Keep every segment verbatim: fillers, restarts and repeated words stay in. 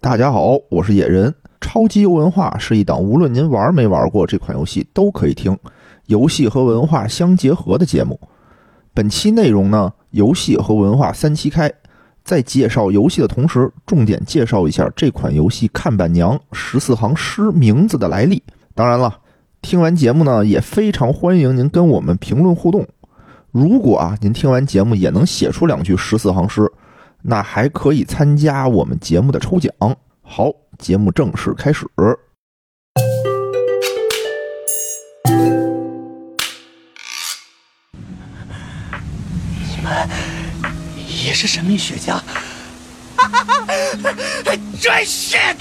大家好，我是野人。超级游文化是一档无论您玩没玩过这款游戏都可以听，游戏和文化相结合的节目。本期内容呢，游戏和文化三七开，在介绍游戏的同时，重点介绍一下这款游戏看板娘十四行诗名字的来历。当然了，听完节目呢，也非常欢迎您跟我们评论互动。如果啊，您听完节目也能写出两句十四行诗，那还可以参加我们节目的抽奖。好，节目正式开始。 你们也是神秘学家？Dry shit！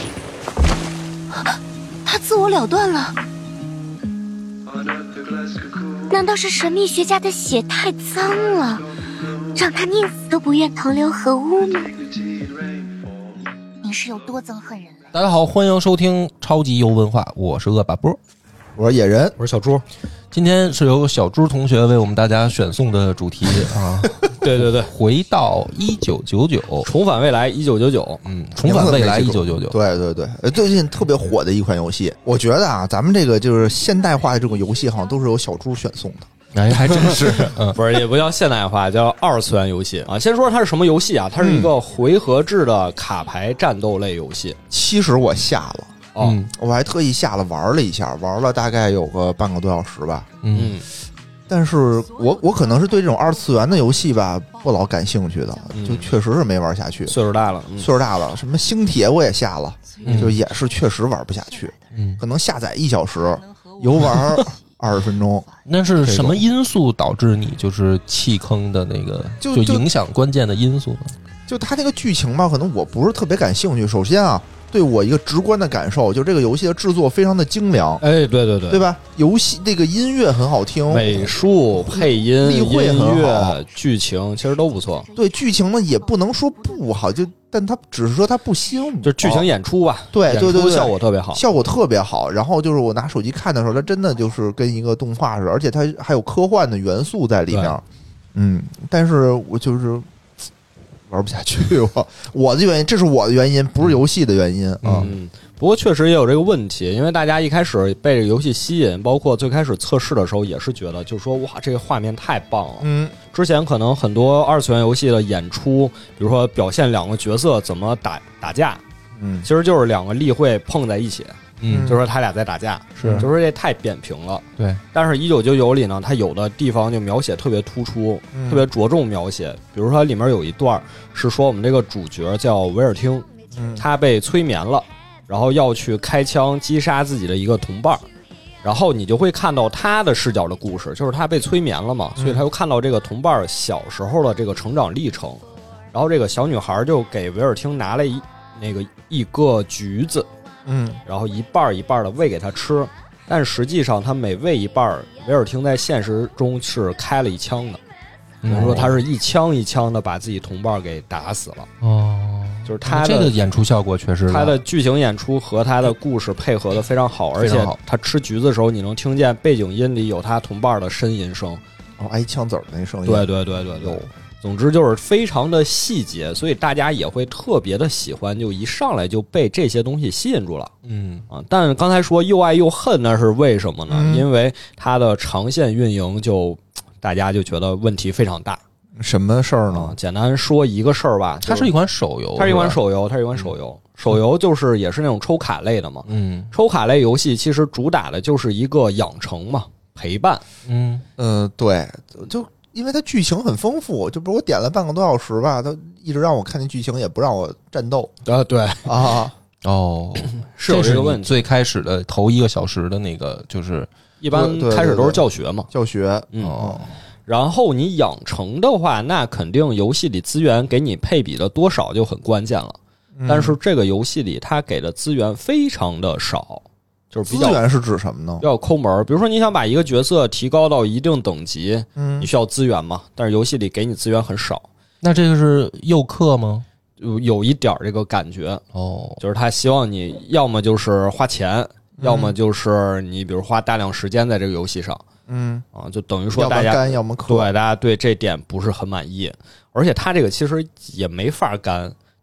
他自我了断了。难道是神秘学家的血太脏了，让他宁死都不愿同流合污吗？你是有多憎恨人类？ 大家好，欢迎收听超级游文化，我是恶把波， 我是野人， 我是小猪。 今天是由小猪同学为我们大家选送的主题啊， 对对对， 回到一九九九， 重返未来一九九九， 嗯，重返未来一九九九， 对对对，最近特别火的一款游戏，我觉得啊，咱们这个就是现代化的这种游戏，好像都是由小猪选送的。 哎，还真是， 嗯，不是，也不叫现代化，叫二次元游戏啊。先说它是什么游戏啊？它是一个回合制的卡牌战斗类游戏。 其实我下了。 哦、 嗯，我还特意下了玩了一下，玩了大概有个半个多小时吧。 嗯， 但是我我可能是对这种二次元的游戏吧不老感兴趣的， 嗯、 就确实是没玩下去。 岁数大了，嗯、 岁数大了，什么星铁我也下了， 嗯、 就也是确实玩不下去。 嗯， 可能下载一小时，游玩二十分钟。 那是什么因素导致你就是弃坑的那个，就就影响关键的因素呢？ 就他那个剧情吧，可能我不是特别感兴趣。首先啊，对我一个直观的感受，就这个游戏的制作非常的精良。 哎，对对对， 对吧？游戏这个音乐很好听， 美术、配音、 例会很好， 剧情其实都不错。 对，剧情呢也不能说不好，就但它只是说它不吸引我， 就剧情演出吧。 对对对对， 效果特别好， 效果特别好。然后就是我拿手机看的时候，它真的就是跟一个动画似的，而且它还有科幻的元素在里面。嗯，但是我就是玩不下去，我我的原因，这是我的原因，不是游戏的原因啊。 嗯，不过确实也有这个问题，因为大家一开始被这个游戏吸引，包括最开始测试的时候也是觉得，就是说哇，这个画面太棒了。 嗯， 之前可能很多二次元游戏的演出，比如说表现两个角色怎么打打架， 嗯， 其实就是两个例会碰在一起。 嗯， 就是说他俩在打架， 是， 就是说这太扁平了。 对， 但是一九九九里呢，它有的地方就描写特别突出， 嗯、 特别着重描写。比如说它里面有一段是说我们这个主角叫维尔汀， 嗯、 他被催眠了，然后要去开枪击杀自己的一个同伴，然后你就会看到他的视角的故事，就是他被催眠了嘛，所以他又看到这个同伴小时候的这个成长历程。然后这个小女孩就给维尔汀拿了一那个一个橘子。 嗯， 然后一半一半的喂给他吃，但实际上他每喂一半，维尔汀在现实中是开了一枪的，比如说他是一枪一枪的把自己同伴给打死了。 哦， 就是他的这个演出效果确实， 他的剧情演出和他的故事配合的非常好，而且他吃橘子的时候，你能听见背景音里有他同伴的呻吟声， 哦，挨枪子儿的那声音。 对对对对对。总之就是非常的细节，所以大家也会特别的喜欢，就一上来就被这些东西吸引住了。 嗯啊，但刚才说又爱又恨，那是为什么呢？ 嗯、 因为它的长线运营就大家就觉得问题非常大。 什么事儿呢、 啊？简单说一个事儿吧， 它是一款手游， 它是一款手游，它是一款手游。嗯、手游就是也是那种抽卡类的嘛。 嗯， 抽卡类游戏其实主打的就是一个养成嘛，陪伴。 嗯嗯、呃，对，就。因为它剧情很丰富，就不是我点了半个多小时吧，它一直让我看那剧情，也不让我战斗。 啊，对啊， 哦， 是有这个问题。 最开始的头一个小时的那个，就是一般开始都是教学嘛， 教学。 嗯、 哦， 然后你养成的话，那肯定游戏里资源给你配比的多少就很关键了。 嗯、 但是这个游戏里它给的资源非常的少。就是比较资源是指什么呢？ 比较抠门，比如说你想把一个角色提高到一定等级， 嗯， 你需要资源嘛？但是游戏里给你资源很少。 那这个是诱氪吗？ 有有一点这个感觉哦， 就是他希望你要么就是花钱，嗯、要么就是你比如花大量时间在这个游戏上， 嗯啊，就等于说大家干要么氪， 对大家对这点不是很满意，而且他这个其实也没法干。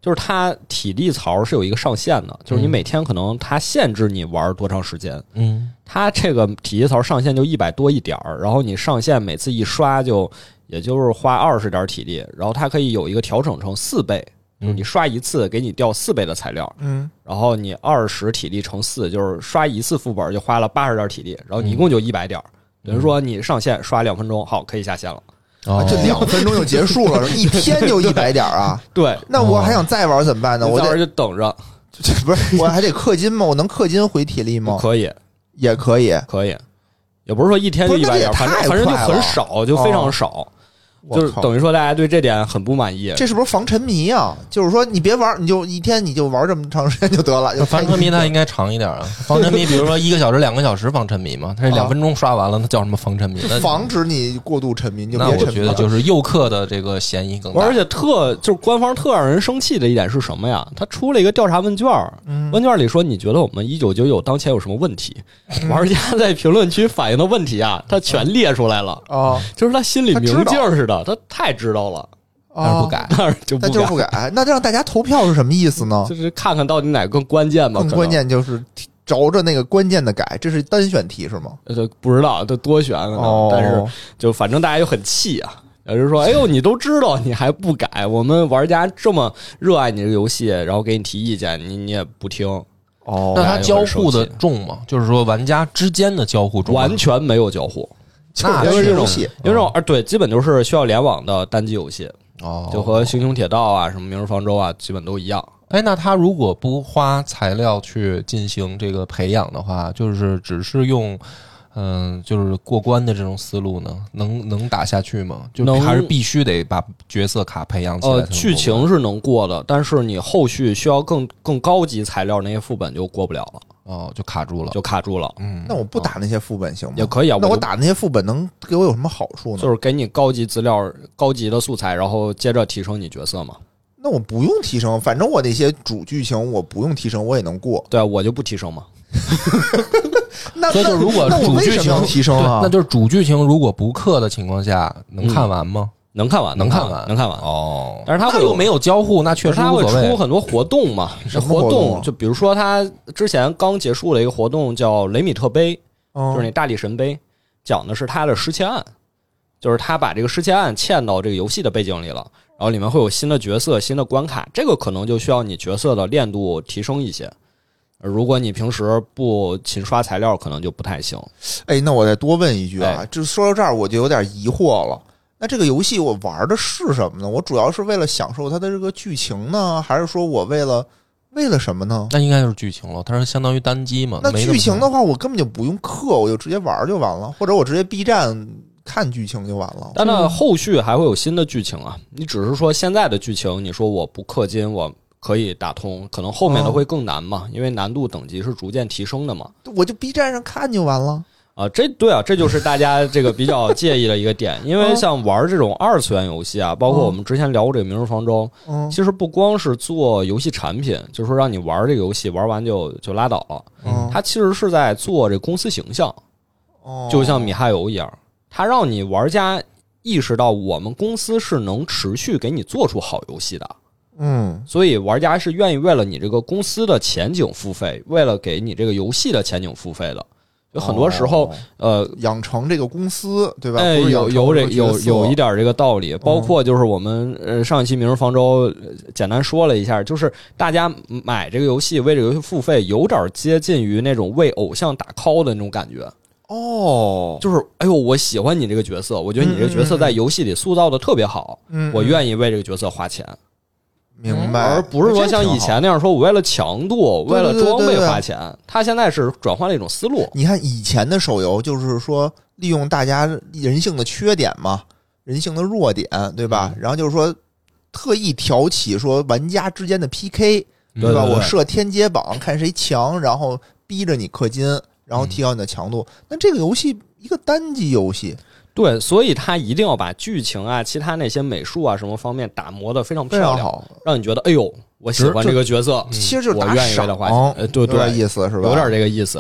就是它体力槽是有一个上限的，就是你每天可能它限制你玩多长时间， 嗯， 它这个体力槽上限就一百多一点儿，然后你上限每次一刷就也就是花二十点体力，然后它可以有一个调整成四倍，就是你刷一次给你掉四倍的材料， 嗯，然后你二十体力乘四，就是刷一次副本就花了八十点体力，然后你一共就一百点， 嗯、 等于说你上线刷两分钟，好，可以下线了。 啊，这两分钟就结束了，一天就一百点啊！ 对， 那我还想再玩怎么办呢？我得就等着， 不是我还得氪金吗？我能氪金回体力吗？ 可以， 也可以， 可以，也不是说一天就一百点，反正反正就很少，就非常少。哦就是等于说大家对这点很不满意， 这是不是防沉迷啊？就是说你别玩，你就一天你就玩这么长时间就得了。 防沉迷它应该长一点啊，防沉迷比如说一个小时、两个小时防沉迷嘛，它是两分钟刷完了，那叫什么防沉迷？ 防止你过度沉迷，就别沉迷。 那我觉得就是诱客的这个嫌疑更大。 而且特就是官方特让人生气的一点是什么呀？他出了一个调查问卷， 嗯、 问卷里说你觉得我们一九九九当前有什么问题？嗯、玩家在评论区反映的问题啊，他全列出来了啊、嗯，就是他心里明镜似的，他太知道。到了， 但是不改， 但是就不改， 那就是不改。那让大家投票是什么意思呢？ 就是看看到底哪个更关键吧。 更关键就是着着那个关键的改，这是单选题是吗？ 呃，不知道，这多选可能，哦、但是就反正大家就很气啊。也就是说，哎呦，你都知道你还不改，我们玩家这么热爱你这个游戏，然后给你提意见，你你也不听。 哦， 那他交互的重吗？就是说玩家之间的交互重吗？ 完全没有交互。 那因为这种， 游戏， 因为这种，啊，对，基本都是需要联网的单机游戏， 哦， 就和《星穹铁道》啊、什么《明日方舟》啊，基本都一样。 哎，那他如果不花材料去进行这个培养的话，就是只是用，嗯、呃，就是过关的这种思路呢，能能打下去吗？就还是必须得把角色卡培养起来。 呃，剧情是能过的，但是你后续需要更更高级材料那些副本就过不了了。 哦，就卡住了， 就卡住了。 嗯， 那我不打那些副本行吗？ 也可以啊。 那我打那些副本能给我有什么好处呢？ 就是给你高级资料、高级的素材，然后接着提升你角色嘛。 那我不用提升，反正我那些主剧情我不用提升，我也能过。 对啊，我就不提升嘛。 那所以就如果主剧情提升啊， 那就是主剧情如果不氪的情况下，能看完吗？ 嗯能看完， 能看完， 能看完哦。 但是它会又没有交互，那确实无所谓。 它会出很多活动嘛？ 什么活动？就比如说，它之前刚结束了一个活动，叫雷米特杯， 哦、 就是那大力神杯，讲的是他的失窃案，就是他把这个失窃案嵌到这个游戏的背景里了，然后里面会有新的角色、新的关卡，这个可能就需要你角色的练度提升一些。如果你平时不勤刷材料，可能就不太行。 哎，那我再多问一句啊， 哎、 就说到这儿，我就有点疑惑了。那这个游戏我玩的是什么呢？我主要是为了享受它的这个剧情呢，还是说我为了为了什么呢？ 那应该就是剧情了，它是相当于单机嘛。 那剧情的话，我根本就不用氪，我就直接玩就完了，或者我直接 B 站看剧情就完了。 但那后续还会有新的剧情啊！你只是说现在的剧情，你说我不氪金，我可以打通，可能后面的会更难嘛，因为难度等级是逐渐提升的嘛。 我就 B 站上看就完了。 啊，这对啊，这就是大家这个比较介意的一个点，因为像玩这种二次元游戏啊，包括我们之前聊过这个《明日方舟》， 嗯， 其实不光是做游戏产品，就是说让你玩这个游戏，玩完就就拉倒了， 嗯， 它其实是在做这个公司形象， 哦， 就像米哈游一样，它让你玩家意识到我们公司是能持续给你做出好游戏的， 嗯， 所以玩家是愿意为了你这个公司的前景付费，为了给你这个游戏的前景付费的。有很多时候， 哦、 呃， 养成这个公司，对吧？ 哎，有有这有有一点这个道理。包括就是我们呃上一期《明日方舟》简单说了一下，就是大家买这个游戏为这个游戏付费，有点接近于那种为偶像打 call 的那种感觉。 哦， 就是哎呦，我喜欢你这个角色，我觉得你这个角色在游戏里塑造的特别好， 嗯， 我愿意为这个角色花钱。 明白， 而不是说像以前那样说，我为了强度、为了装备花钱。他现在是转换了一种思路。 你看以前的手游，就是说利用大家人性的缺点嘛，人性的弱点，对吧？ 嗯、 然后就是说特意挑起说玩家之间的 P K， 对吧？ 对对， 我设天阶榜，看谁强，然后逼着你氪金，然后提高你的强度。嗯、那这个游戏一个单机游戏。 对，所以他一定要把剧情啊、其他那些美术啊什么方面打磨得非常漂亮，让你觉得哎呦，我喜欢这个角色， 其实就是打我愿意为他花钱。呃，对对， 有点意思是吧？ 有点这个意思。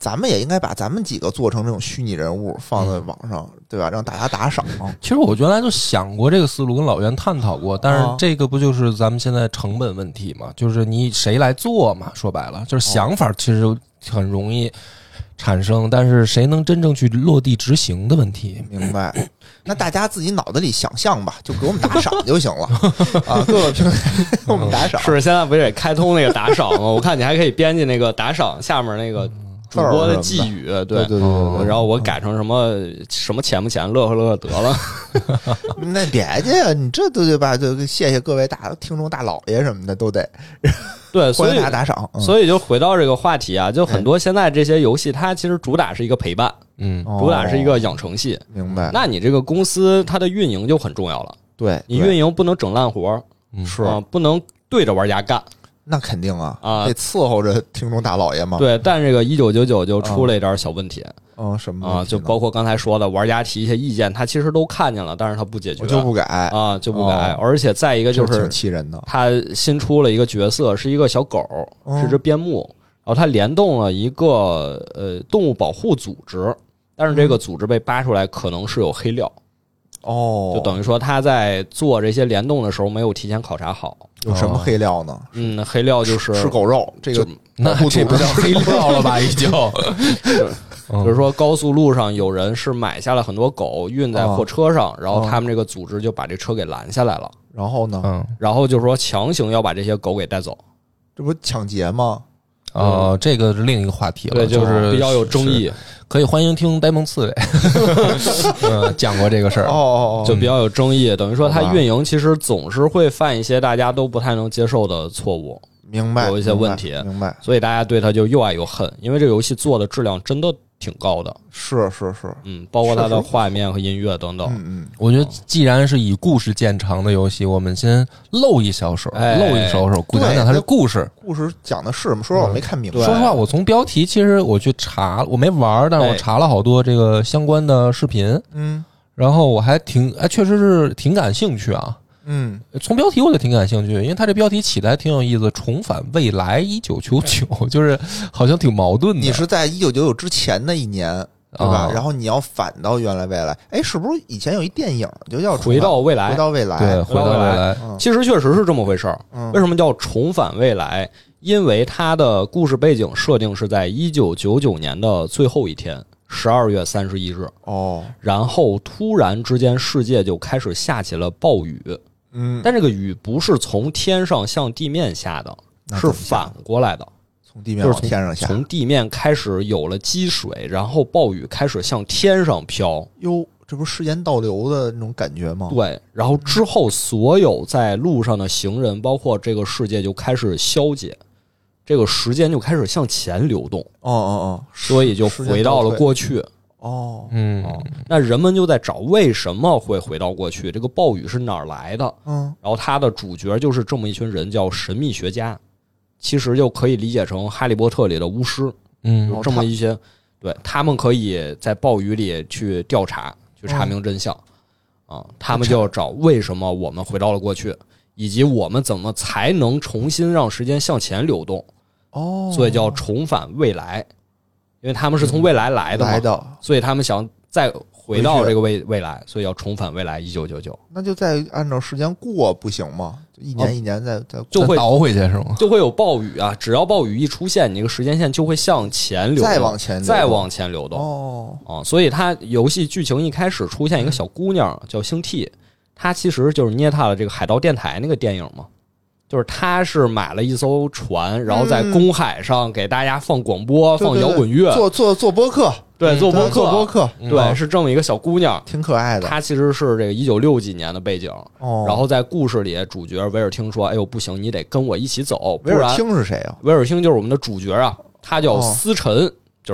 咱们也应该把咱们几个做成这种虚拟人物放在网上，嗯、对吧？让大家打赏。 其实我原来就想过这个思路，跟老袁探讨过，但是这个不就是咱们现在成本问题嘛？就是你谁来做嘛？说白了，就是想法其实很容易产生，但是谁能真正去落地执行的问题。 明白？那大家自己脑子里想象吧，就给我们打赏就行了啊！各个平台给我们打赏。 是现在不是得开通那个打赏吗？我看你还可以编辑那个打赏下面那个主播的寄语，对对对对， 然后我改成什么什么钱不钱，乐呵乐呵得了。 那别介啊，你这都对吧？就谢谢各位大听众大老爷什么的都得。 对，所以大家打赏、嗯， 所以就回到这个话题啊，就很多现在这些游戏，它其实主打是一个陪伴， 嗯， 主打是一个养成系。 明白？ 那你这个公司它的运营就很重要了。 对， 你运营不能整烂活， 是、 啊，不能对着玩家干。 那肯定啊， 啊， 得伺候着听众大老爷嘛。 对，但这个一九九九就出了一点小问题。 嗯，什么啊？就包括刚才说的，玩家提一些意见，他其实都看见了，但是他不解决， 就不改啊，就不改。 哦、 而且再一个就是挺气人的， 他新出了一个角色，是一个小狗， 嗯、 是只边牧，然后他联动了一个呃动物保护组织，但是这个组织被扒出来可能是有黑料。 哦， 就等于说他在做这些联动的时候没有提前考察好。 有什么黑料呢？ 嗯，黑料就是吃狗肉，这个那这不叫黑料了吧？已经， 比如说高速路上有人是买下了很多狗运在货车上，然后他们这个组织就把这车给拦下来了。 然后呢？ 嗯， 然后就是说强行要把这些狗给带走， 这不抢劫吗？ 呃，这个是另一个话题了， 对， 就是比较有争议。 可以欢迎听呆萌刺猬，嗯，讲过这个事儿， 哦， 就比较有争议。等于说它运营其实总是会犯一些大家都不太能接受的错误， 明白？ 有一些问题， 明白？ 所以大家对它就又爱又恨，因为这个游戏做的质量真的挺高的， 是是是， 嗯，包括它的画面和音乐等等。 嗯嗯， 我觉得既然是以故事见长的游戏，我们先露一小手， 哎、 露一小手，讲讲它的故事。 故事讲的是什么？说实话，我没看明白。 嗯、 说实话，我从标题其实我去查，我没玩，但是我查了好多这个相关的视频， 嗯， 然后我还挺哎，确实是挺感兴趣啊。 嗯， 从标题我就挺感兴趣，因为它这标题起的还挺有意思，重返未来一九九九，就是好像挺矛盾的。 你是在一九九九之前的一年，对吧？哦、然后你要反到原来未来，哎，是不是以前有一电影就叫《 回到未来》？ 回到未来， 对，回到未来。 嗯、其实确实是这么回事儿。 嗯、 为什么叫重返未来？因为它的故事背景设定是在一九九九年的最后一天，十二月三十一日。 哦， 然后突然之间，世界就开始下起了暴雨。 嗯， 但这个雨不是从天上向地面下的，是反过来的， 从地面往天上下， 从地面开始有了积水，然后暴雨开始向天上飘。 哟，这不是时间倒流的那种感觉吗？ 对，然后之后所有在路上的行人，包括这个世界就开始消解，这个时间就开始向前流动。 哦哦哦， 所以就回到了过去。 哦， 嗯、 哦，那人们就在找为什么会回到过去，这个暴雨是哪儿来的？ 嗯， 然后他的主角就是这么一群人，叫神秘学家，其实就可以理解成哈利波特里的巫师， 嗯， 有这么一些，对，他们可以在暴雨里去调查，去查明真相， 嗯、 啊，他们就要找为什么我们回到了过去，以及我们怎么才能重新让时间向前流动， 哦， 所以叫重返未来。因为他们是从未来来的嘛， 来的， 所以他们想再回到这个未未来，所以要重返未来一九九九。 那就再按照时间过不行吗？就一年一年再、哦、再就会倒回去是吗？ 就会有暴雨啊！只要暴雨一出现，你这个时间线就会向前流动， 再往前流动再往前流动。 哦啊，所以它游戏剧情一开始出现一个小姑娘、嗯、叫星 T， 她其实就是捏她的这个海盗电台那个电影嘛。就是他是买了一艘船，然后在公海上给大家放广播、嗯、放摇滚乐， 做做做播客， 对，做播客， 做播客， 对，嗯、是这么一个小姑娘， 挺可爱的。 她其实是这个一九六几年的背景， 哦， 然后在故事里，主角维尔汀说：“哎呦，不行，你得跟我一起走。” 维尔汀是谁啊？ 维尔汀就是我们的主角啊，他叫司晨，哦、就是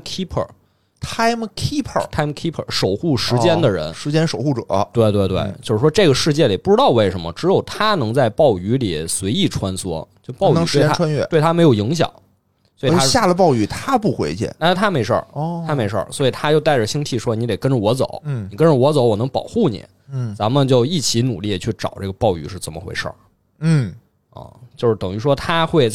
Timekeeper。Timekeeper，Timekeeper， 守护时间的人， 哦、时间守护者。 对对对、嗯，就是说这个世界里不知道为什么只有他能在暴雨里随意穿梭，就暴雨能时间穿越， 对他没有影响，所以他下了暴雨他不回去， 那他没事儿， 哦， 他没事儿，所以他就带着星 T 说：“你得跟着我走， 嗯， 你跟着我走，我能保护你， 嗯， 咱们就一起努力去找这个暴雨是怎么回事儿。” 嗯， 啊，就是等于说他会在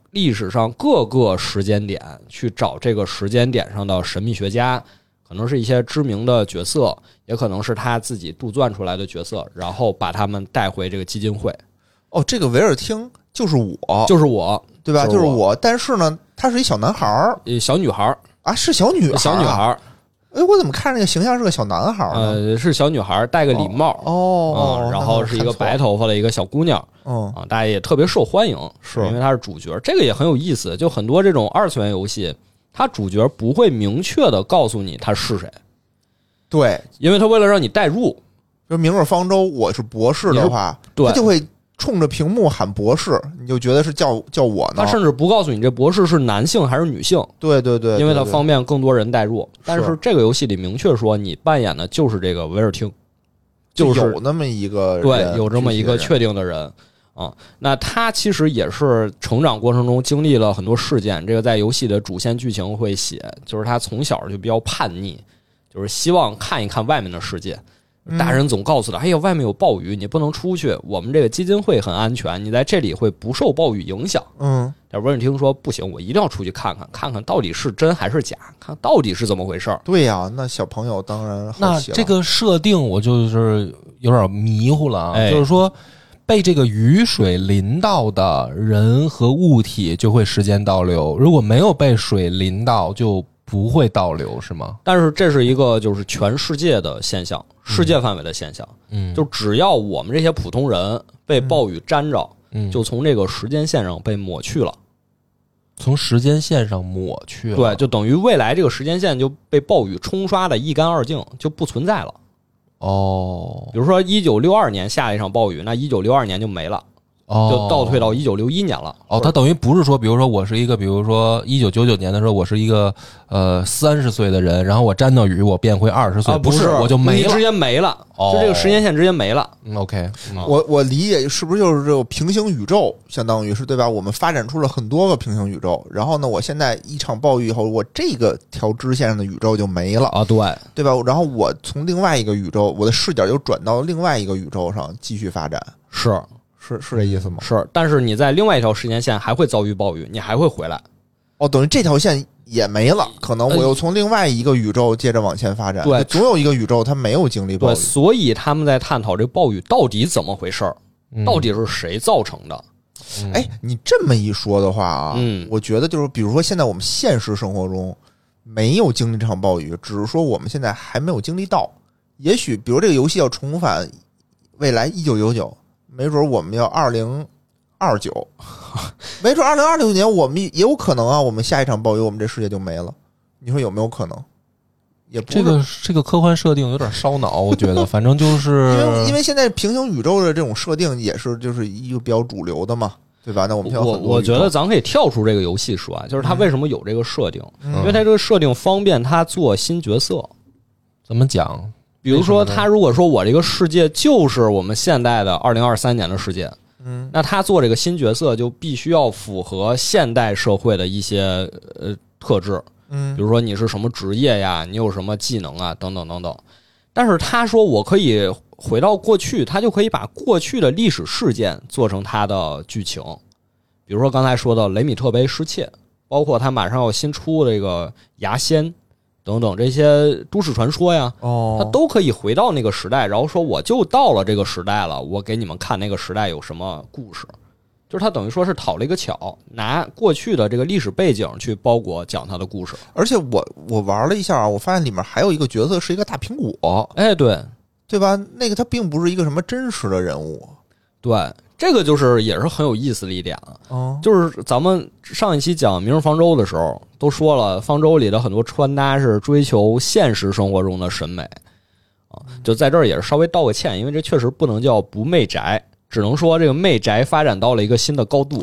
历史上各个时间点去找这个时间点上的神秘学家，可能是一些知名的角色，也可能是他自己杜撰出来的角色，然后把他们带回这个基金会。 哦，这个维尔汀就是我， 就是我， 对吧？ 就就是是我，但是呢，他是一小男孩儿， 呃，小女孩啊，是小女孩、啊， 小女孩。 哎，我怎么看这个形象是个小男孩呢？ 呃，是小女孩，戴个礼帽， 哦，哦嗯，然后是一个白头发的一个小姑娘， 嗯啊，大家也特别受欢迎， 是因为她是主角。这个也很有意思，就很多这种二次元游戏，它主角不会明确的告诉你他是谁， 对， 因为他为了让你代入。 就明日方舟，我是博士的话， 对， 他就会冲着屏幕喊博士，你就觉得是叫叫我呢。 他甚至不告诉你这博士是男性还是女性， 对对对， 因为它方便更多人代入。 是但是这个游戏里明确说，你扮演的就是这个维尔汀，就是有那么一个人， 对，有这么一个确定的人啊。那他其实也是成长过程中经历了很多事件，这个在游戏的主线剧情会写，就是他从小就比较叛逆，就是希望看一看外面的世界。大人总告诉他，哎呀，外面有暴雨，你不能出去，我们这个基金会很安全，你在这里会不受暴雨影响。 嗯， 但维尔汀说不行，我一定要出去看看，看看到底是真还是假，看到底是怎么回事。 对呀、啊，那小朋友当然好奇了。 那这个设定我就是有点迷糊了啊， 哎、 就是说被这个雨水淋到的人和物体就会时间倒流，如果没有被水淋到就不会倒流，是吗？ 但是这是一个就是全世界的现象，世界范围的现象。 嗯， 就只要我们这些普通人被暴雨沾着， 嗯， 就从这个时间线上被抹去了。 从时间线上抹去了， 对，就等于未来这个时间线就被暴雨冲刷的一干二净，就不存在了。 哦， 比如说一九六二年下了一场暴雨，那一九六二年就没了。 哦， 就倒退到一九六一年了。 哦，它等于不是说，比如说我是一个，比如说一九九九年的时候，我是一个呃三十岁的人，然后我沾到雨，我变回二十岁， 啊，不是，我就没了， 你直接没了， 哦、 就这个时间线直接没了。 嗯 OK，嗯、 我我理解是不是就是这种平行宇宙，相当于是对吧？我们发展出了很多个平行宇宙，然后呢，我现在一场暴雨以后，我这个条支线上的宇宙就没了啊，对对吧？然后我从另外一个宇宙，我的视角又转到另外一个宇宙上继续发展， 是。 是是这意思吗？ 是，但是你在另外一条时间线还会遭遇暴雨，你还会回来。 哦，等于这条线也没了，可能我又从另外一个宇宙接着往前发展。 对， 总有一个宇宙它没有经历暴雨。 对，所以他们在探讨这暴雨到底怎么回事儿、嗯，到底是谁造成的。 哎、嗯，你这么一说的话啊， 嗯， 我觉得就是，比如说现在我们现实生活中没有经历这场暴雨，只是说我们现在还没有经历到。也许，比如这个游戏要重返未来一九九九。没准我们要二零二九，没准二零二六年我们也有可能啊。我们下一场暴雨，我们这世界就没了。你说有没有可能？也不这个这个科幻设定有点烧脑，我觉得，反正就是因为因为现在平行宇宙的这种设定也是就是一个比较主流的嘛，对吧？那我们我我觉得咱可以跳出这个游戏说啊，就是它为什么有这个设定？ 嗯、 因为它这个设定方便它做新角色。 怎么讲？ 比如说，他如果说我这个世界就是我们现代的二零二三年的世界， 嗯， 那他做这个新角色就必须要符合现代社会的一些呃特质， 嗯， 比如说你是什么职业呀，你有什么技能啊，等等等等。但是他说我可以回到过去，他就可以把过去的历史事件做成他的剧情，比如说刚才说的雷米特杯失窃，包括他马上要新出这个牙仙。等等这些都市传说呀， 哦， 它都可以回到那个时代，然后说我就到了这个时代了，我给你们看那个时代有什么故事，就是他等于说是讨了一个巧，拿过去的这个历史背景去包裹讲他的故事。 而且我我玩了一下，我发现里面还有一个角色是一个大苹果， 哎，对对吧？那个他并不是一个什么真实的人物， 对。这个就是也是很有意思的一点了， 哦， 就是咱们上一期讲《明日方舟》的时候都说了，方舟里的很多穿搭是追求现实生活中的审美啊，就在这儿也是稍微道个歉，因为这确实不能叫不媚宅，只能说这个媚宅发展到了一个新的高度。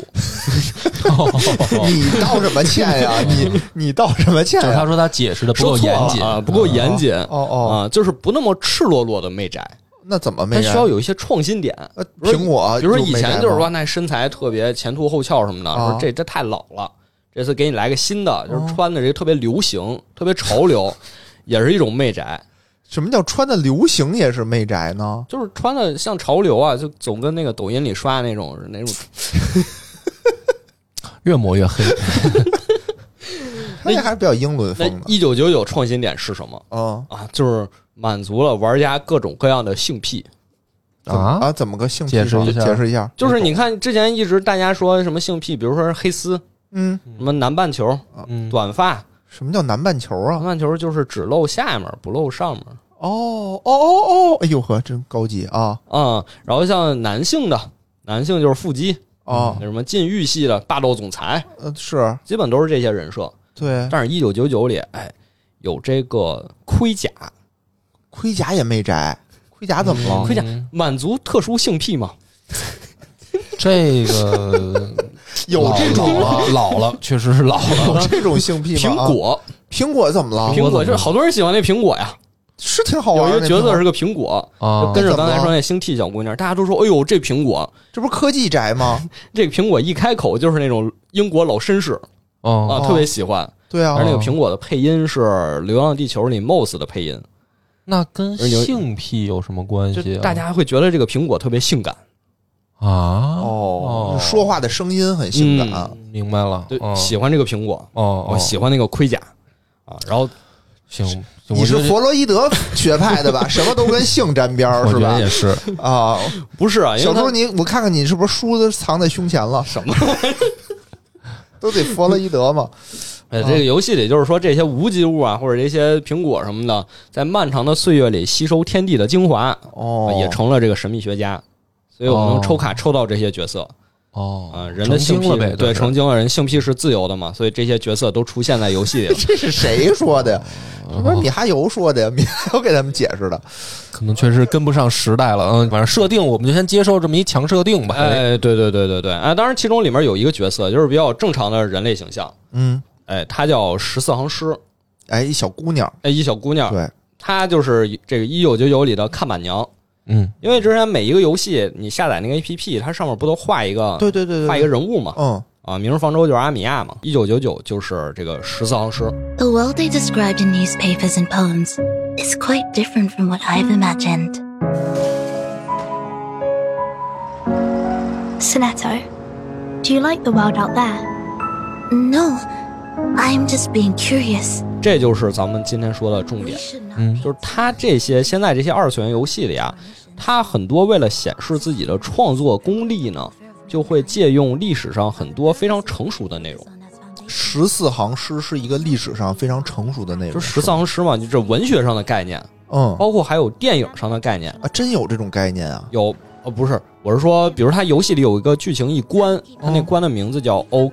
你道什么歉呀？你你道什么歉呀？ 就是他说他解释的不够严谨啊，不够严谨， 哦哦啊，就是不那么赤裸裸的媚宅。 那怎么没？ 它需要有一些创新点。 呃，苹果， 比如说以前就是说那身材特别前凸后翘什么的， 啊、 说这这太老了，这次给你来个新的，就是穿的这个特别流行、哦、特别潮流，也是一种媚宅。 什么叫穿的流行也是媚宅呢？ 就是穿的像潮流啊，就总跟那个抖音里刷那种那种。 越抹越黑。 他这还是比较英伦风的。 一九九九创新点是什么？ 嗯啊，就是满足了玩家各种各样的性癖啊啊！怎么个性癖？ 解释一下， 解释一下。 就是你看之前一直大家说什么性癖，比如说黑丝， 嗯， 什么南半球、 嗯、 短发。 什么叫南半球啊？ 南半球就是只露下面不露上面。 哦哦哦哦！哎呦呵，真高级啊！ 啊、嗯，然后像男性的，男性就是腹肌啊， 那、嗯、什么禁欲系的霸道总裁， 呃，是， 基本都是这些人设。 对， 但是一九九九里，哎，有这个盔甲， 盔甲也没摘，盔甲怎么了？ 盔甲满足特殊性癖嘛？ 这个有这种老了，老了，确实是老了， 有这种性癖吗？ 苹果， 苹果怎么了？ 苹果就是好多人喜欢那苹果呀， 是挺好玩的。 有一个角色是个苹果， 啊， 就跟着刚才说那星 T 小姑娘，大家都说，哎呦，这苹果， 这不是科技宅吗？ 这个苹果一开口就是那种英国老绅士哦啊，特别喜欢。 对啊， 而那个苹果的配音是《流浪地球》里 Moss 的配音， 那跟性癖有什么关系啊？ 大家会觉得这个苹果特别性感啊， 哦，哦说话的声音很性感， 嗯、明白了， 对、 哦， 喜欢这个苹果， 哦， 我喜欢那个盔甲啊，然后行， 你是弗洛伊德学派的吧？什么都跟性沾边儿，是吧？ 也是啊，不是啊， 小时候你我看看你是不是书都藏在胸前了？ 什么都得弗洛伊德嘛。 呃，这个游戏里就是说，这些无机物啊，或者这些苹果什么的，在漫长的岁月里吸收天地的精华， 哦， 也成了这个神秘学家。所以我们能抽卡抽到这些角色。 哦， 啊、呃，人的性癖对成精了，人性癖是自由的嘛，所以这些角色都出现在游戏里了。 这是谁说的呀？这不是米哈游说的呀？米哈游给他们解释的。 可能确实跟不上时代了。嗯，反正设定我们就先接受这么一强设定吧。 哎，对对对对对，啊，当然其中里面有一个角色就是比较正常的人类形象。 嗯。 哎，她叫十四行诗， 哎，一小姑娘， 哎，一小姑娘， 对， 她就是这个一九九九里的看板娘， 嗯， 因为之前每一个游戏你下载那个 A P P， 它上面不都画一个， 对对对对， 画一个人物嘛， 嗯， 啊，明日方舟就是阿米亚嘛，一九九九就是这个十四行诗。 The world they described in newspapers and poems is quite different from what I've imagined. Sonetto, do you like the world out there? No.I'm just being curious. 这就是咱们今天说的重点，嗯，就是它这些现在这些二次元游戏里啊，它很多为了显示自己的创作功力呢，就会借用历史上很多非常成熟的内容。 十四行诗是一个历史上非常成熟的内容， 就十四行诗嘛，就这文学上的概念， 嗯， 包括还有电影上的概念啊，真有这种概念啊？ 有，哦，不是，我是说，比如它游戏里有一个剧情一关，它那关的名字叫 O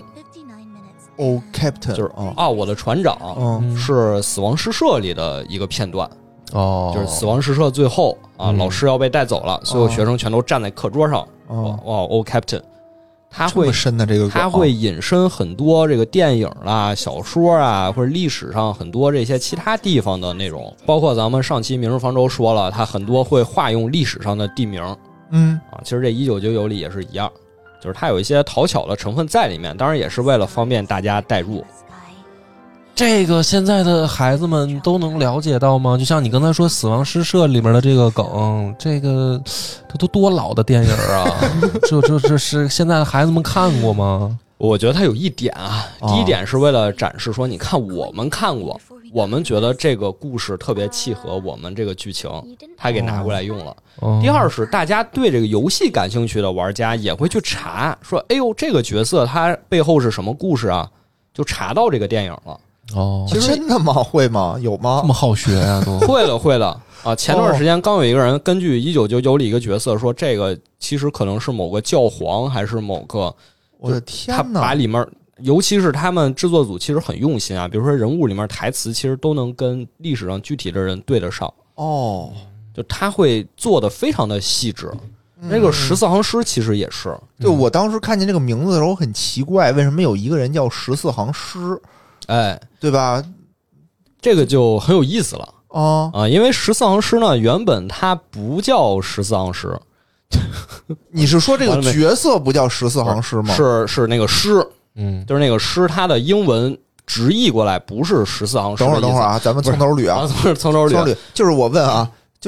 Captain。Oh Captain 就是啊，我的船长， 嗯， 是死亡诗社里的一个片段， 哦， 就是死亡诗社最后啊，老师要被带走了，所有学生全都站在课桌上，哇哇 ，Oh Captain， 他会深的这个， 他会引申很多这个电影啦、小说啊，或者历史上很多这些其他地方的内容，包括咱们上期《明日方舟》说了，他很多会化用历史上的地名， 嗯啊，其实这一九九九里也是一样。就是它有一些讨巧的成分在里面，当然也是为了方便大家代入。 这个现在的孩子们都能了解到吗？就像你刚才说《死亡诗社》里面的这个梗，这个这都多老的电影啊！这这这是现在的孩子们看过吗？ 我觉得它有一点啊，第一点是为了展示说，你看我们看过，我们觉得这个故事特别契合我们这个剧情，他给拿过来用了。 哦、 第二是大家对这个游戏感兴趣的玩家也会去查，说哎呦这个角色他背后是什么故事啊，就查到这个电影了。 哦， 其实真的吗？会吗？有吗？ 这么好学呀、啊？都会的会的啊！前段时间刚有一个人根据一九九九里一个角色说，这个其实可能是某个教皇还是某个， 我的天哪！ 他把里面。尤其是他们制作组其实很用心啊，比如说人物里面台词其实都能跟历史上具体的人对得上哦， 就他会做的非常的细致。 嗯、 那个十四行诗其实也是， 对、嗯、我当时看见这个名字的时候很奇怪，为什么有一个人叫十四行诗？ 哎， 对吧？ 这个就很有意思了啊啊！因为十四行诗呢，原本它不叫十四行诗。 你是说这个角色不叫十四行诗吗？ 是是那个诗。 嗯， 就是那个诗，它的英文直译过来不是十四行诗。 等会儿，等会儿啊，咱们从头捋啊， 从头捋。 从头捋，就是我问啊，就是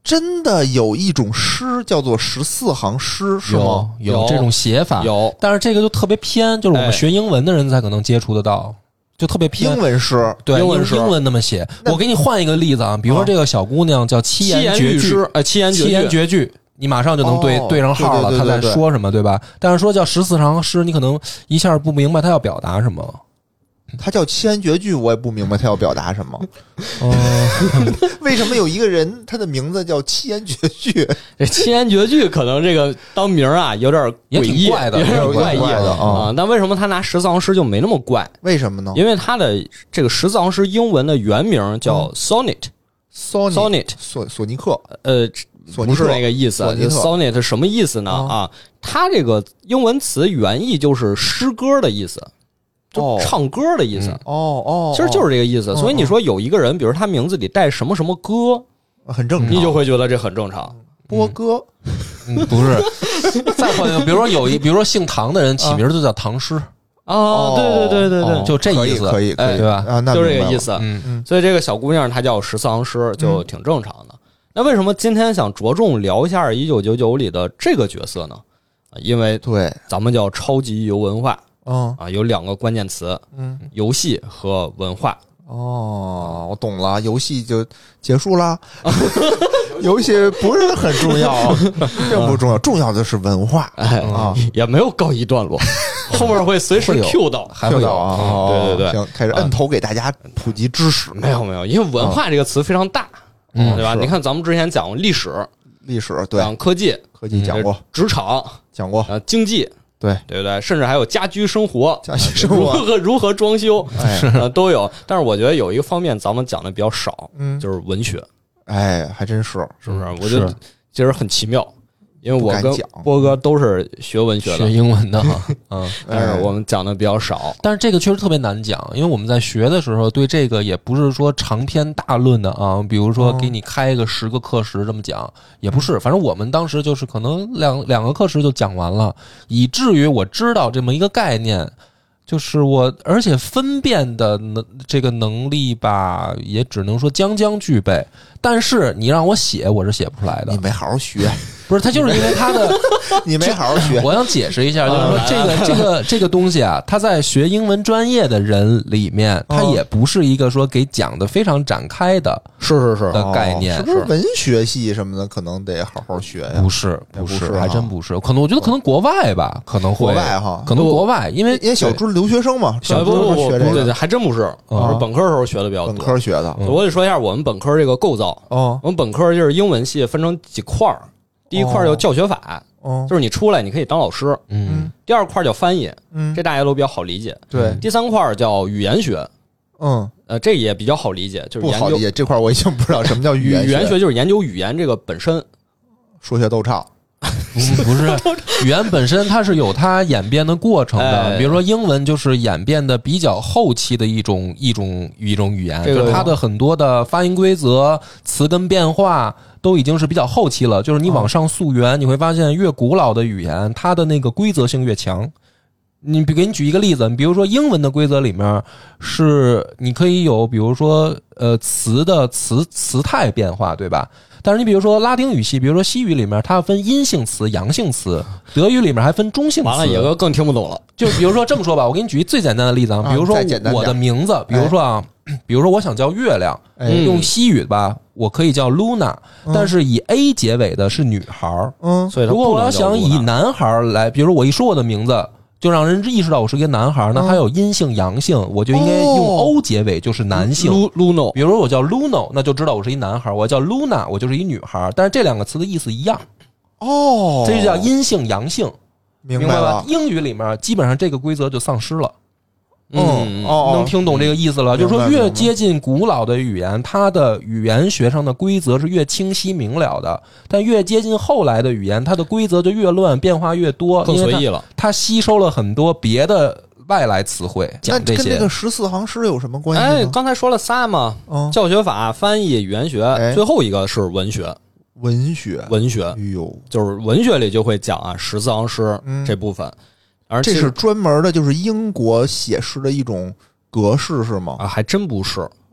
真的有一种诗叫做十四行诗是吗？ 有有这种写法， 有， 但是这个就特别偏，就是我们学英文的人才可能接触得到。就特别偏英文诗， 对， 英文诗， 英文那么写。我给你换一个例子啊，比如说这个小姑娘叫七言绝句， 呃，七言七言绝句，你马上就能对、 哦、 对上号了， 对对对对对， 她在说什么，对吧？但是说叫十四行诗，你可能一下不明白她要表达什么。 他叫七言绝句，我也不明白他要表达什么。 哦， 为什么有一个人他的名字叫七言绝句？ 这七言绝句可能这个当名啊有点诡异， 怪的， 有点怪异的啊、 嗯。但为什么他拿十四行诗就没那么怪？ 为什么呢？ 因为他的这个十四行诗英文的原名叫 sonnet，sonnet，、嗯、 索索尼克， 呃， 索尼克不是那个意思。sonnet 什么意思呢？啊，啊它这个英文词原意就是诗歌的意思。就唱歌的意思， 哦哦， 其实就是这个意思。所以你说有一个人，比如他名字里带什么什么歌， 很正常， 你就会觉得这很正常。 波哥， 嗯，不是。再换一个，比如说有一，比如说姓唐的人起名就叫唐诗啊，对对对对对， 就这意思， 可以可以， 对吧？ 啊，那就这个意思。 嗯嗯。 所以这个小姑娘她叫十四行诗，就挺正常的。那为什么今天想着重聊一下一九九九里的这个角色呢？因为对咱们叫超级游文化。 嗯啊，有两个关键词， 嗯， 游戏和文化。 哦，我懂了，游戏就结束了，游戏不是很重要，并不重要，重要的是文化， 哎啊， 也没有告一段落，后面会随时 Q 到， 还会有啊， 对对对， 行，开始摁头给大家普及知识。 没有没有，因为文化这个词非常大， 嗯， 对吧？你看咱们之前讲过历史， 历史对， 讲科技， 科技讲过， 职场讲过， 呃，经济。 对对不对？甚至还有家居生活， 家居生活如何如何装修， 哎， 呃，都有。但是我觉得有一个方面咱们讲的比较少， 嗯， 就是文学。 哎，还真是， 是不是？我觉得其实很奇妙，因为我跟波哥都是学文学的， 学英文的，嗯， 但是我们讲的比较少。 但是这个确实特别难讲，因为我们在学的时候对这个也不是说长篇大论的啊，比如说给你开个十个课时这么讲，也不是。反正我们当时就是可能两两个课时就讲完了，以至于我知道这么一个概念。就是我，而且分辨的能这个能力吧，也只能说将将具备。但是你让我写，我是写不出来的。 你没好好学， 不是他就是因为他的， 你没好好学。 我想解释一下，就是说这个这个这个东西啊，他在学英文专业的人里面，他也不是一个说给讲的非常展开的， 是是是的概念。 是不是文学系什么的，可能得好好学呀？ 不是不是， 还真不是。可能我觉得可能国外吧，可能会国外哈， 可能国外，因为因为小猪留学生嘛， 小猪学这个，对对，还真不是。我是本科时候学的比较多， 本科学的。 我得说一下我们本科这个构造。 哦， 我们本科就是英文系分成几块儿，第一块叫教学法， 哦， 就是你出来你可以当老师， 嗯。 第二块叫翻译， 嗯， 这大家都比较好理解。 对， 第三块叫语言学， 嗯， 呃，这也比较好理解，就是不好理解这块我已经不知道什么叫语言语言学，就是研究语言这个本身， 说学逗唱。 不是，语言本身它是有它演变的过程的。 哎、 比如说英文就是演变的比较后期的一种一种一种语言， 这个、 就是它的很多的发音规则、词根变化都已经是比较后期了。就是你往上溯源，你会发现越古老的语言，它的那个规则性越强。你给你举一个例子，你比如说英文的规则里面是你可以有，比如说呃词的词词态变化，对吧？但是你比如说拉丁语系，比如说西语里面，它分阴性词、阳性词；德语里面还分中性词。 完了，野哥更听不懂了。 就比如说这么说吧，我给你举一最简单的例子啊，比如说我的名字，比如说啊，比如说我想叫月亮，用西语吧，我可以叫 Luna， 但是以 A 结尾的是女孩， 嗯， 所以如果我要想以男孩来，比如说我一说我的名字。就让人意识到我是一个男孩，那它有阴性阳性，我就应该用 O 结尾，就是男性。 Luno， 比如说我叫 Luno， 那就知道我是一男孩；我叫 Luna， 我就是一女孩。但是这两个词的意思一样。 哦， 这就叫阴性阳性， 明白吧？英语里面基本上这个规则就丧失了。 嗯， 哦， 能听懂这个意思了。就是说，越接近古老的语言，它的语言学上的规则是越清晰明了的；但越接近后来的语言，它的规则就越乱，变化越多， 更随意了。 它吸收了很多别的外来词汇，讲这些。 那跟这个十四行诗有什么关系？ 哎，刚才说了仨嘛， 嗯、 教学法、翻译、语言学， 哎、 最后一个是文学。 文学， 文学， 哎呦， 就是文学里就会讲啊十四行诗这部分， 而这是专门的，就是英国写诗的一种格式是吗？ 啊，还真不是，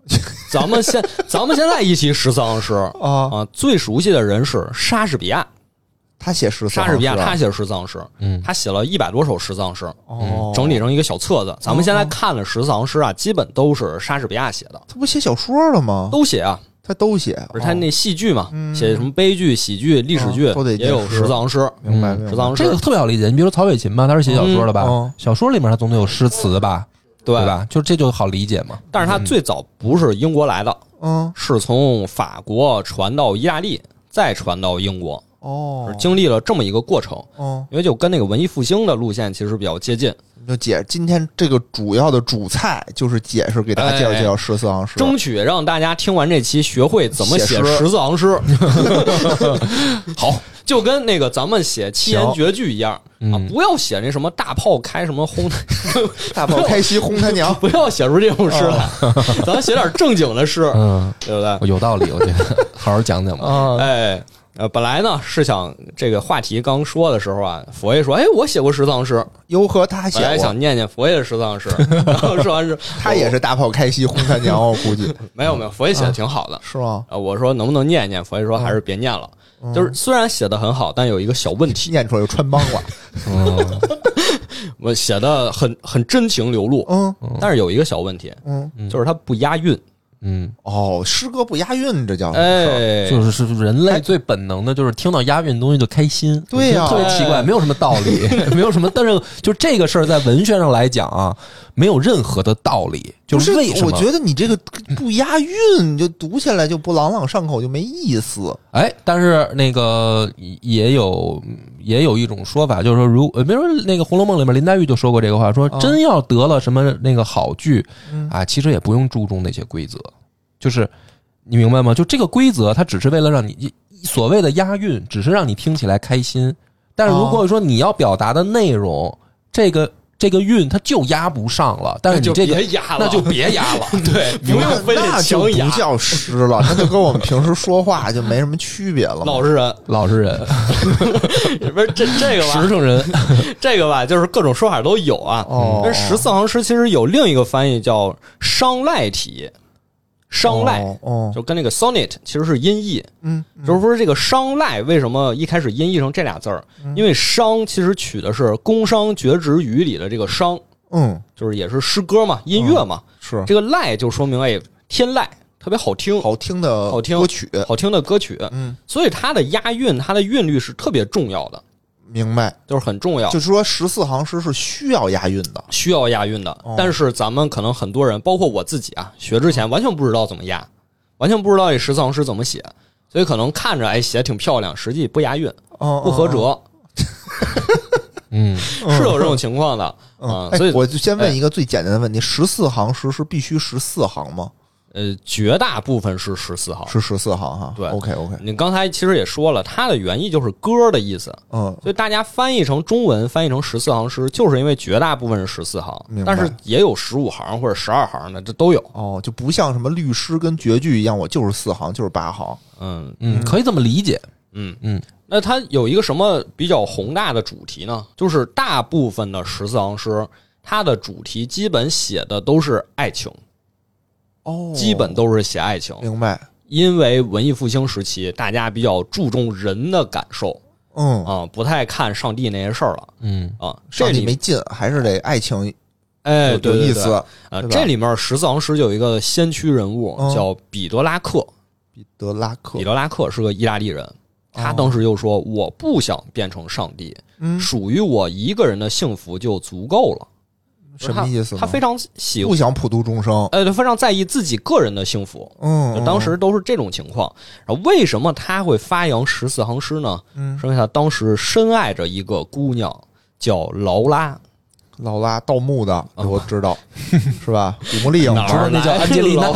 咱们现咱们现在一提十四行诗啊啊，最熟悉的人是莎士比亚。 他写十四行诗、啊， 莎士比亚他写十四行诗， 嗯， 他写了一百多首十四行诗， 哦， 整理成一个小册子。咱们现在看的十四行诗啊，基本都是莎士比亚写的。 他不写小说了吗？ 都写啊， 他都写。 不是他那戏剧嘛， 嗯、 写什么悲剧、喜剧、历史剧、 哦、都得也有十四行诗。 明白， 十四行诗这个特别好理解。你比如说曹雪芹吧，他是写小说的吧？ 嗯哦、 小说里面他总得有诗词吧？ 对, 对吧？就这就好理解嘛。 但是他最早不是英国来的， 嗯， 是从法国传到意大利，再传到英国。 哦， 经历了这么一个过程。 哦， 因为就跟那个文艺复兴的路线其实比较接近。 就解今天这个主要的主菜就是解释给大家介绍介绍十四行诗， 争取让大家听完这期学会怎么写十四行诗。好，就跟那个咱们写七言绝句一样啊，不要写那什么大炮开什么轰， 大炮开西轰他娘， 不要写出这种诗来，咱写点正经的诗， 嗯， 对不对？ 有道理，我觉得好好讲讲吧。 啊，哎。呃，本来呢是想这个话题刚说的时候啊，佛爷说：“哎，我写过十四行诗。” 哟呵，他写过。 本来想念念佛爷的十四行诗，然后说完是， 他也是大炮开西轰他娘，我估计没有没有，佛爷写的挺好的， 啊、是吗？ 啊，我说能不能念念？佛爷说还是别念了。 嗯、 就是虽然写的很好，但有一个小问题， 念出来就穿帮了。 嗯， 我写的很很真情流露， 嗯， 但是有一个小问题， 嗯， 就是它不押韵。 嗯， 哦，诗歌不押韵，这叫哎， 就是是人类最本能的，就是听到押韵的东西就开心。 对呀、啊， 特别奇怪，没有什么道理，没有什么。但是就这个事儿，在文学上来讲啊，没有任何的道理。就是为什么？ 我觉得你这个不押韵，你就读起来就不朗朗上口，就没意思。 哎，但是那个也有也有一种说法，就是说，如呃，比如说那个《红楼梦》里面林黛玉就说过这个话，说真要得了什么那个好剧、嗯、啊，其实也不用注重那些规则。就是你明白吗？就这个规则，它只是为了让你所谓的押韵，只是让你听起来开心。但是如果说你要表达的内容，哦、这个这个韵它就押不上了，但是你这个那就别押了， 对，不用非得强押， 那就不叫诗了，那就跟我们平时说话就没什么区别了。 老实人， 老实人， 不是这这个吧？ 实诚人， 这个吧，就是各种说法都有啊。 哦， 但是十四行诗其实有另一个翻译叫商赖体。商赖、 哦哦、 就跟那个 sonnet 其实是音译， 嗯，嗯就是说这个商赖为什么一开始音译成这俩字儿、嗯？因为商其实取的是宫商角徵羽里的这个商， 嗯， 就是也是诗歌嘛，音乐嘛， 嗯、是这个赖就说明哎天籁特别好听， 好听的好听歌曲， 好听的歌曲， 嗯， 所以它的押韵，它的韵律是特别重要的。 明白， 就是很重要。 就是说十四行诗是需要押韵的， 需要押韵的。 哦、 但是咱们可能很多人，包括我自己啊，学之前完全不知道怎么押，完全不知道这十四行诗怎么写，所以可能看着哎写挺漂亮，实际不押韵， 哦、 不合辙。 嗯， 是有这种情况的。 嗯， 嗯所以我就先问一个最简单的问题：十四行诗是必须十四行吗？ 呃，绝大部分是十四行， 是十四行哈。 对 ，OK OK。 你刚才其实也说了，它的原意就是歌的意思， 嗯， 所以大家翻译成中文，翻译成十四行诗，就是因为绝大部分是十四行，但是也有十五行或者十二行的，这都有。 哦，就不像什么律诗跟绝句一样，我就是四行，就是八行。 嗯嗯，可以这么理解。 嗯嗯， 那它有一个什么比较宏大的主题呢？就是大部分的十四行诗，它的主题基本写的都是爱情。 哦， 基本都是写爱情， 明白？ 因为文艺复兴时期，大家比较注重人的感受， 嗯啊，不太看上帝那些事儿了， 嗯啊， 上帝没劲，还是得爱情， 哎， 有意思啊。这里面十四行诗就有一个先驱人物、 嗯、 叫彼得拉克， 彼得拉克， 彼得拉克是个意大利人，他当时就说：“哦、我不想变成上帝， 嗯， 属于我一个人的幸福就足够了。” 什么意思呢？ 他非常喜欢， 不想普度众生， 呃，他非常在意自己个人的幸福。 嗯， 就当时都是这种情况。然后为什么他会发扬十四行诗呢？ 嗯， 是因为他当时深爱着一个姑娘，叫劳拉。 劳拉盗墓的，我知道，是吧？古墓丽影哪儿那叫安吉丽娜？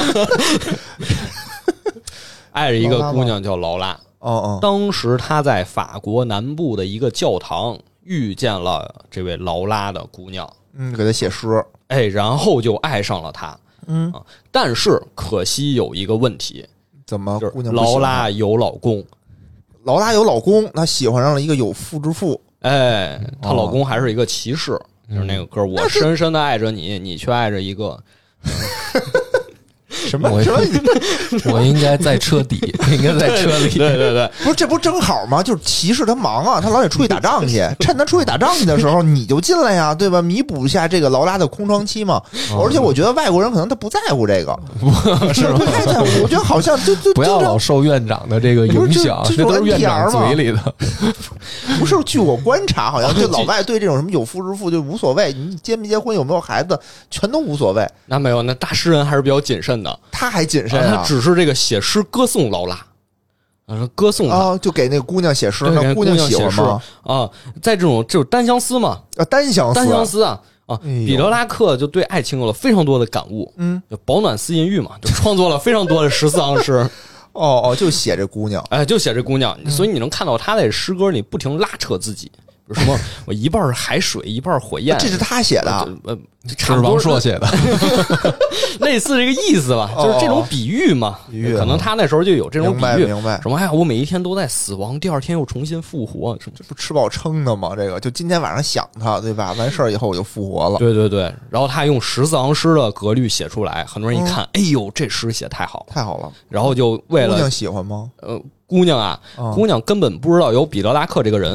爱着一个姑娘叫劳拉。 哦哦， 当时他在法国南部的一个教堂遇见了这位劳拉的姑娘。 嗯，给他写诗， 哎，然后就爱上了他， 嗯、 啊，但是可惜有一个问题， 怎么？ 就是姑娘劳拉有老公， 劳拉有老公，她喜欢上了一个有妇之夫， 哎，她老公还是一个骑士， 哦、 就是那个歌，我深深的爱着你，你却爱着一个，嗯、 什么我什么？ 我应该在车底，应该在车里。 对对对， 不是，这不正好吗？就是骑士他忙啊，他老得出去打仗去，趁他出去打仗去的时候，你就进来呀，对吧？弥补一下这个劳拉的空窗期嘛。 哦、 而且我觉得外国人可能他不在乎这个， 是不太在乎。我觉得好像就就不要老受院长的这个影响，这都是院长嘴里的。 不是，据我观察，好像就老外对这种什么有夫之妇就无所谓，你结没结婚有没有孩子全都无所谓。 那没有，那大诗人还是比较谨慎的。 他还谨慎啊， 他只是这个写诗歌颂劳拉。啊，歌颂他、 啊，就给那个姑娘写诗，那姑娘喜欢吗？ 啊，在这种就是单相思嘛， 啊，单相思， 单相思啊啊！彼得拉克就对爱情有了非常多的感悟， 嗯， 就饱暖思淫欲嘛，就创作了非常多的十四行诗。 哦哦，就写这姑娘， 哎，就写这姑娘，所以你能看到他在诗歌里不停拉扯自己。比如什么，我一半海水，一半火焰， 这是他写的， 呃， 这是王朔写的， 类似这个意思吧，就是这种比喻嘛。 比喻可能他那时候就有这种比喻， 明白？ 什么？哎呀，我每一天都在死亡，第二天又重新复活，什么？ 这不吃饱撑的吗？这个就今天晚上想他，对吧？完事儿以后我就复活了。 对对对，然后他用十四行诗的格律写出来，很多人一看，哎呦，这诗写太好， 太好了。 然后就为了姑娘喜欢吗？ 呃，姑娘啊， 嗯、 姑娘根本不知道有彼得拉克这个人。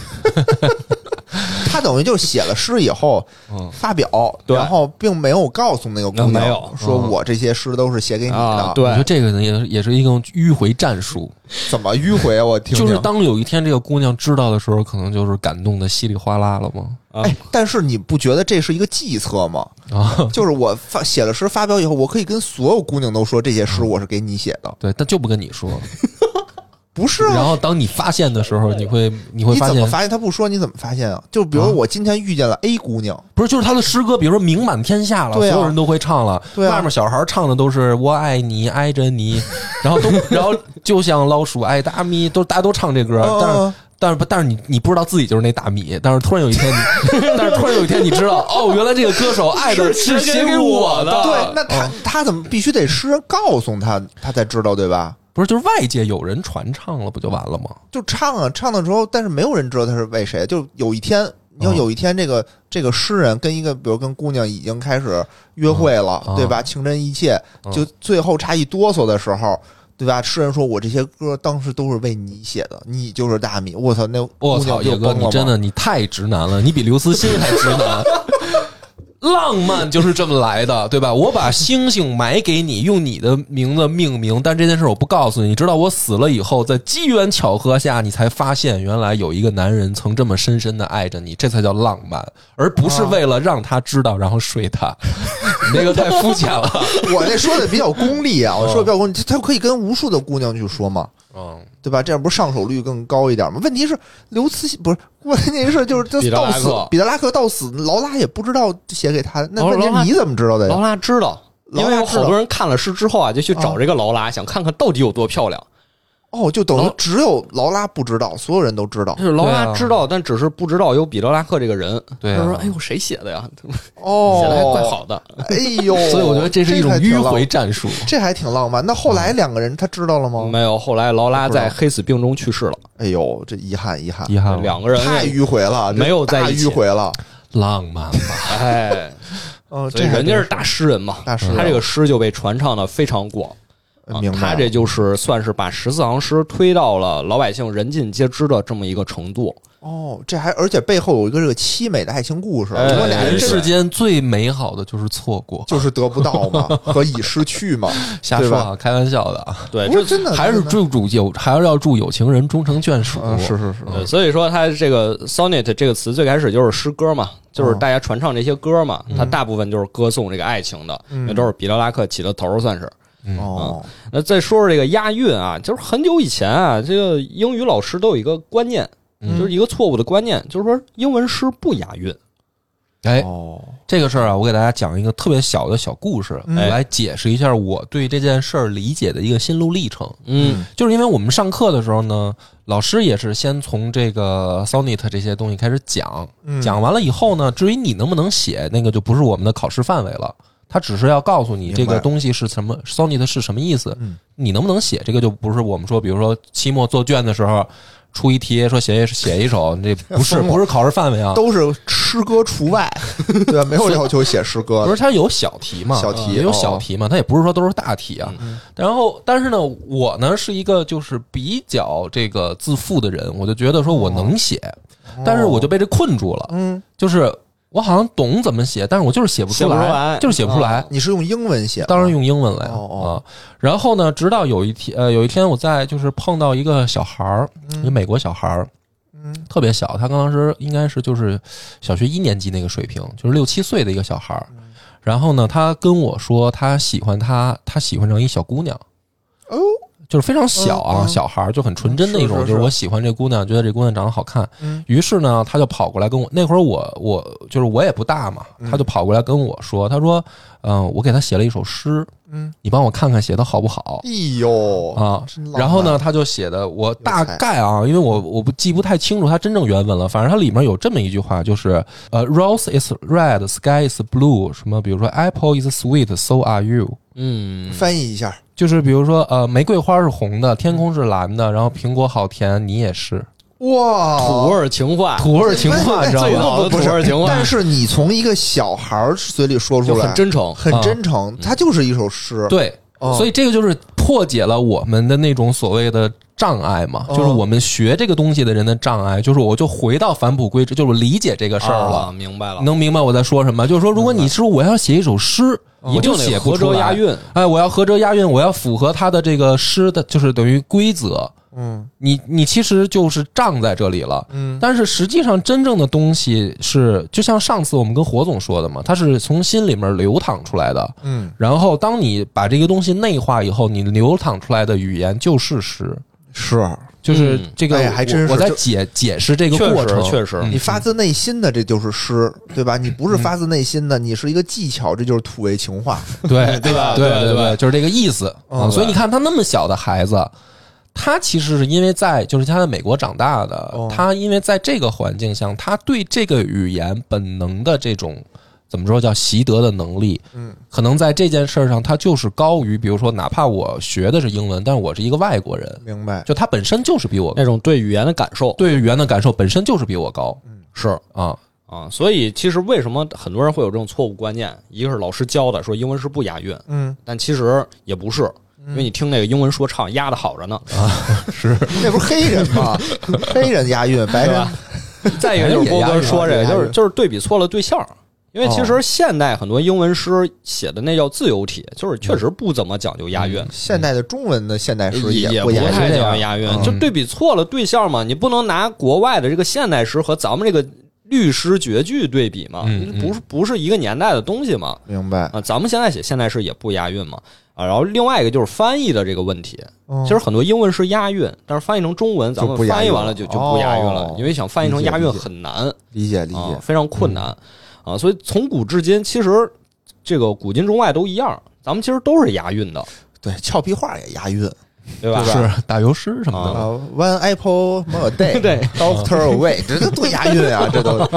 他等于就写了诗以后发表， 嗯、 然后并没有告诉那个姑娘， 没有说我这些诗都是写给你的。 啊、对， 我觉得这个呢也也是一个迂回战术。 怎么迂回啊？我听听。 就是当有一天这个姑娘知道的时候，可能就是感动的稀里哗啦了吗？ 哎，但是你不觉得这是一个计策吗？ 啊， 就是我发写了诗发表以后，我可以跟所有姑娘都说这些诗我是给你写的。 对，但就不跟你说。 不是、啊， 然后当你发现的时候，你会你会发现， 你怎么发现他不说？你怎么发现啊？就比如我今天遇见了 A 姑娘，啊、 不是，就是他的诗歌，比如说名满天下了， 对啊、 所有人都会唱了， 对、啊， 外面小孩唱的都是我爱你，爱着你，然后都然后就像老鼠爱大米，都大家都唱这歌， 嗯、 但是。但是但是你你不知道自己就是那大米，但是突然有一天你，但是突然有一天你知道，哦，原来这个歌手爱的是写给我的。 对，那他、哦、他怎么必须得诗人告诉他，他才知道，对吧？ 不是，就是外界有人传唱了，不就完了吗？ 就唱啊，唱的时候，但是没有人知道他是为谁。就有一天，你要有一天，这个、哦、这个诗人跟一个，比如跟姑娘已经开始约会了，哦、对吧？情真意切，就最后差一哆嗦的时候。对吧？诗人说：“我这些歌当时都是为你写的，你就是大米。”我操，那我操，野哥，你真的你太直男了，你比刘慈欣还直男。浪漫就是这么来的，对吧？我把星星埋给你，用你的名字命名，但这件事我不告诉你。你知道我死了以后，在机缘巧合下，你才发现原来有一个男人曾这么深深的爱着你，这才叫浪漫，而不是为了让他知道然后睡他。你那个太肤浅了。 我这说的比较功利啊，我说的比较功利，他可以跟无数的姑娘去说嘛。 嗯， 对吧？这样不是上手率更高一点吗？问题是刘慈欣不是问题是就是他到死，彼得拉克到死，劳拉也不知道写给他。那问题是你怎么知道的呀？ 劳拉知道，因为有好多人看了诗之后啊，就去找这个劳拉，啊、想看看到底有多漂亮。 哦，就等于只有劳拉不知道，所有人都知道。 就是劳拉知道，但只是不知道有彼得拉克这个人。 对、啊， 他说：“哎呦，谁写的呀？ 哦， 写的还怪好的。 哎呦， 所以我觉得这是一种迂回战术， 这还挺浪漫。那后来两个人他知道了吗？ 没有，后来劳拉在黑死病中去世了。 哎呦，这遗憾，遗憾， 遗憾， 两个人太迂回了， 没有在一起， 太迂回了， 浪漫吧？ 哎， 哦， 所以人家是大诗人嘛， 大诗人， 他这个诗就被传唱的非常广。啊、他这就是算是把十四行诗推到了老百姓人尽皆知的这么一个程度。 哦，这还而且背后有一个这个凄美的爱情故事。 哎、 俩人世间最美好的就是错过， 就是得不到嘛，和已失去嘛。 瞎说啊，开玩笑的啊。 对， 这真的还是祝祝有，还是要祝有情人终成眷属。 嗯、是是是。 对，所以说他这个 sonnet 这个词最开始就是诗歌嘛，就是大家传唱这些歌嘛，它、嗯、大部分就是歌颂这个爱情的，那、嗯、都是彼得拉克起的头，算是。 哦、 嗯，那再说说这个押韵啊，就是很久以前啊，这个英语老师都有一个观念，嗯、就是一个错误的观念，就是说英文诗不押韵。 哎， 哦， 这个事儿啊，我给大家讲一个特别小的小故事，嗯、来解释一下我对这件事儿理解的一个心路历程。 嗯， 就是因为我们上课的时候呢，老师也是先从这个 sonnet 这些东西开始讲， 嗯、 讲完了以后呢，至于你能不能写，那个就不是我们的考试范围了。 他只是要告诉你这个东西是什么 ，Sonnet 是什么意思， 嗯， 你能不能写这个就不是我们说，比如说期末做卷的时候出一题说写写一首，这不是不是考试范围啊， 都是诗歌除外，对吧？没有要求写诗歌的， 不是它有小题嘛， 小题也有小题嘛，它也不是说都是大题啊。 嗯、 然后，但是呢，我呢是一个就是比较这个自负的人，我就觉得说我能写， 哦、 但是我就被这困住了， 嗯， 就是。我好像懂怎么写，但是我就是写不出来， 写不出来就是写不出来。 哦、你是用英文写？ 当然用英文来啊、 哦哦。 然后呢，直到有一天，呃，有一天我在就是碰到一个小孩儿， 嗯、 一个美国小孩儿，嗯，特别小，他当时应该是就是小学一年级那个水平，就是六七岁的一个小孩儿。嗯、然后呢，他跟我说他喜欢他，他喜欢上一小姑娘。 哦。 就是非常小啊， 嗯嗯、 小孩就很纯真那种， 是是是就是我喜欢这姑娘，觉得这姑娘长得好看。 嗯、 于是呢，他就跑过来跟我，那会儿我我就是我也不大嘛，他就跑过来跟我说，他说，嗯、呃，我给他写了一首诗，嗯，你帮我看看写的好不好？ 哎呦啊，然后呢，他就写的，我大概啊，因为我我不记不太清楚他真正原文了，反正它里面有这么一句话，就是呃 ，Rose is red, sky is blue， 什么，比如说 Apple is sweet, so are you。 嗯， 翻译一下。 就是比如说，呃，玫瑰花是红的，天空是蓝的，然后苹果好甜，你也是。 哇， 土味情话， 土味情话，知道吗？ 土味情话。 但是你从一个小孩嘴里说出来， 很真诚， 很真诚， 啊、 它就是一首诗。 对、 哦， 所以这个就是破解了我们的那种所谓的障碍嘛， 哦、 就是我们学这个东西的人的障碍，就是我就回到返璞归真，就是理解这个事儿了、 啊，明白了， 能明白我在说什么？就是说，如果你说我要写一首诗。 一定得合辙押韵， 哎，我要合辙押韵，我要符合它的这个诗的，就是等于规则。 嗯， 你你其实就是障在这里了。 嗯， 但是实际上真正的东西是，就像上次我们跟火总说的嘛，它是从心里面流淌出来的。 嗯， 然后当你把这个东西内化以后，你流淌出来的语言就是诗。 是。 就是这个， 哎、还真是我在解解释这个过程， 确实， 你发自内心的，这就是诗，对吧？你不是发自内心的，你是一个技巧，这就是土味情话， 对对吧？ 对对对，就是这个意思啊。所以你看，他那么小的孩子，他其实是因为在就是他在美国长大的，他因为在这个环境下，他对这个语言本能的这种。怎么说叫习得的能力？嗯，可能在这件事上，他就是高于，比如说，哪怕我学的是英文，但是我是一个外国人， 明白？ 就他本身就是比我那种对语言的感受， 对语言的感受本身就是比我高。 嗯， 是啊啊，所以其实为什么很多人会有这种错误观念？一个是老师教的，说英文是不押韵， 嗯， 但其实也不是。因为你听那个英文说唱押的好着呢啊，是那不是黑人吗？黑人押韵，白人。 再一个就是波哥说这个，就是就是对比错了对象。因为其实现代很多英文诗写的那叫自由体，就是确实不怎么讲究押韵。 嗯、现代的中文的现代诗也不太讲究押韵，嗯、就对比错了对象嘛。你不能拿国外的这个现代诗和咱们这个律诗绝句对比嘛， 嗯、 不是不是一个年代的东西嘛。 明白啊？咱们现在写现代诗也不押韵嘛啊。然后另外一个就是翻译的这个问题， 嗯、 其实很多英文诗押韵，但是翻译成中文，咱们翻译完了就就不押韵了， 哦、 因为想翻译成押韵很难， 理解理解、 啊，非常困难。 嗯啊，所以从古至今，其实这个古今中外都一样，咱们其实都是押韵的。 对，俏皮话也押韵， 对吧？ 是打油诗什么的。 啊 ，One apple more a day， 对 ，Doctor away， 这都多押韵啊，这都。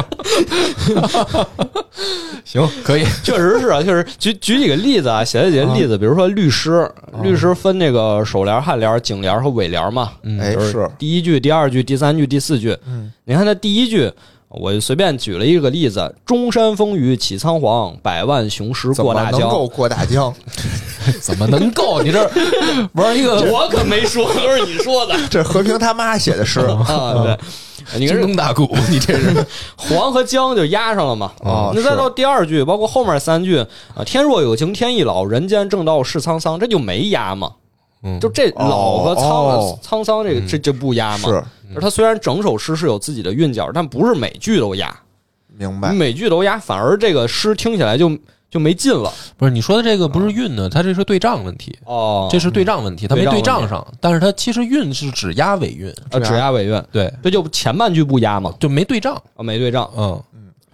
行，可以， 确实是啊，确实。举举几个例子啊，写了几个例子，比如说律诗，律诗分这个首联、颔联、颈联和尾联嘛。 哎，是第一句、第二句、第三句、第四句。 嗯， 你看它第一句。我随便举了一个例子：中山风雨起苍黄，百万雄师过大江。 怎么能够过大江？ 怎么能够？你这玩一个， 我可没说，都是你说的。 这和平他妈写的诗啊，对，你京东大鼓，你这是黄和江就压上了嘛？ 哦， 那再到第二句，包括后面三句啊，天若有情天亦老，人间正道是沧桑，这就没压嘛。 嗯， 就这老和沧、 哦、 沧桑这个这这不压嘛？ 是。 它虽然整首诗是有自己的韵脚，但不是每句都押。 明白。 每句都押，反而这个诗听起来就就没劲了。 不是你说的这个不是韵呢，它这是对仗问题哦， 这是对仗问题，它没对仗上。但是它其实韵是只押尾韵， 啊，只押尾韵。 对， 这就前半句不押嘛， 就没对仗啊，没对仗。 嗯。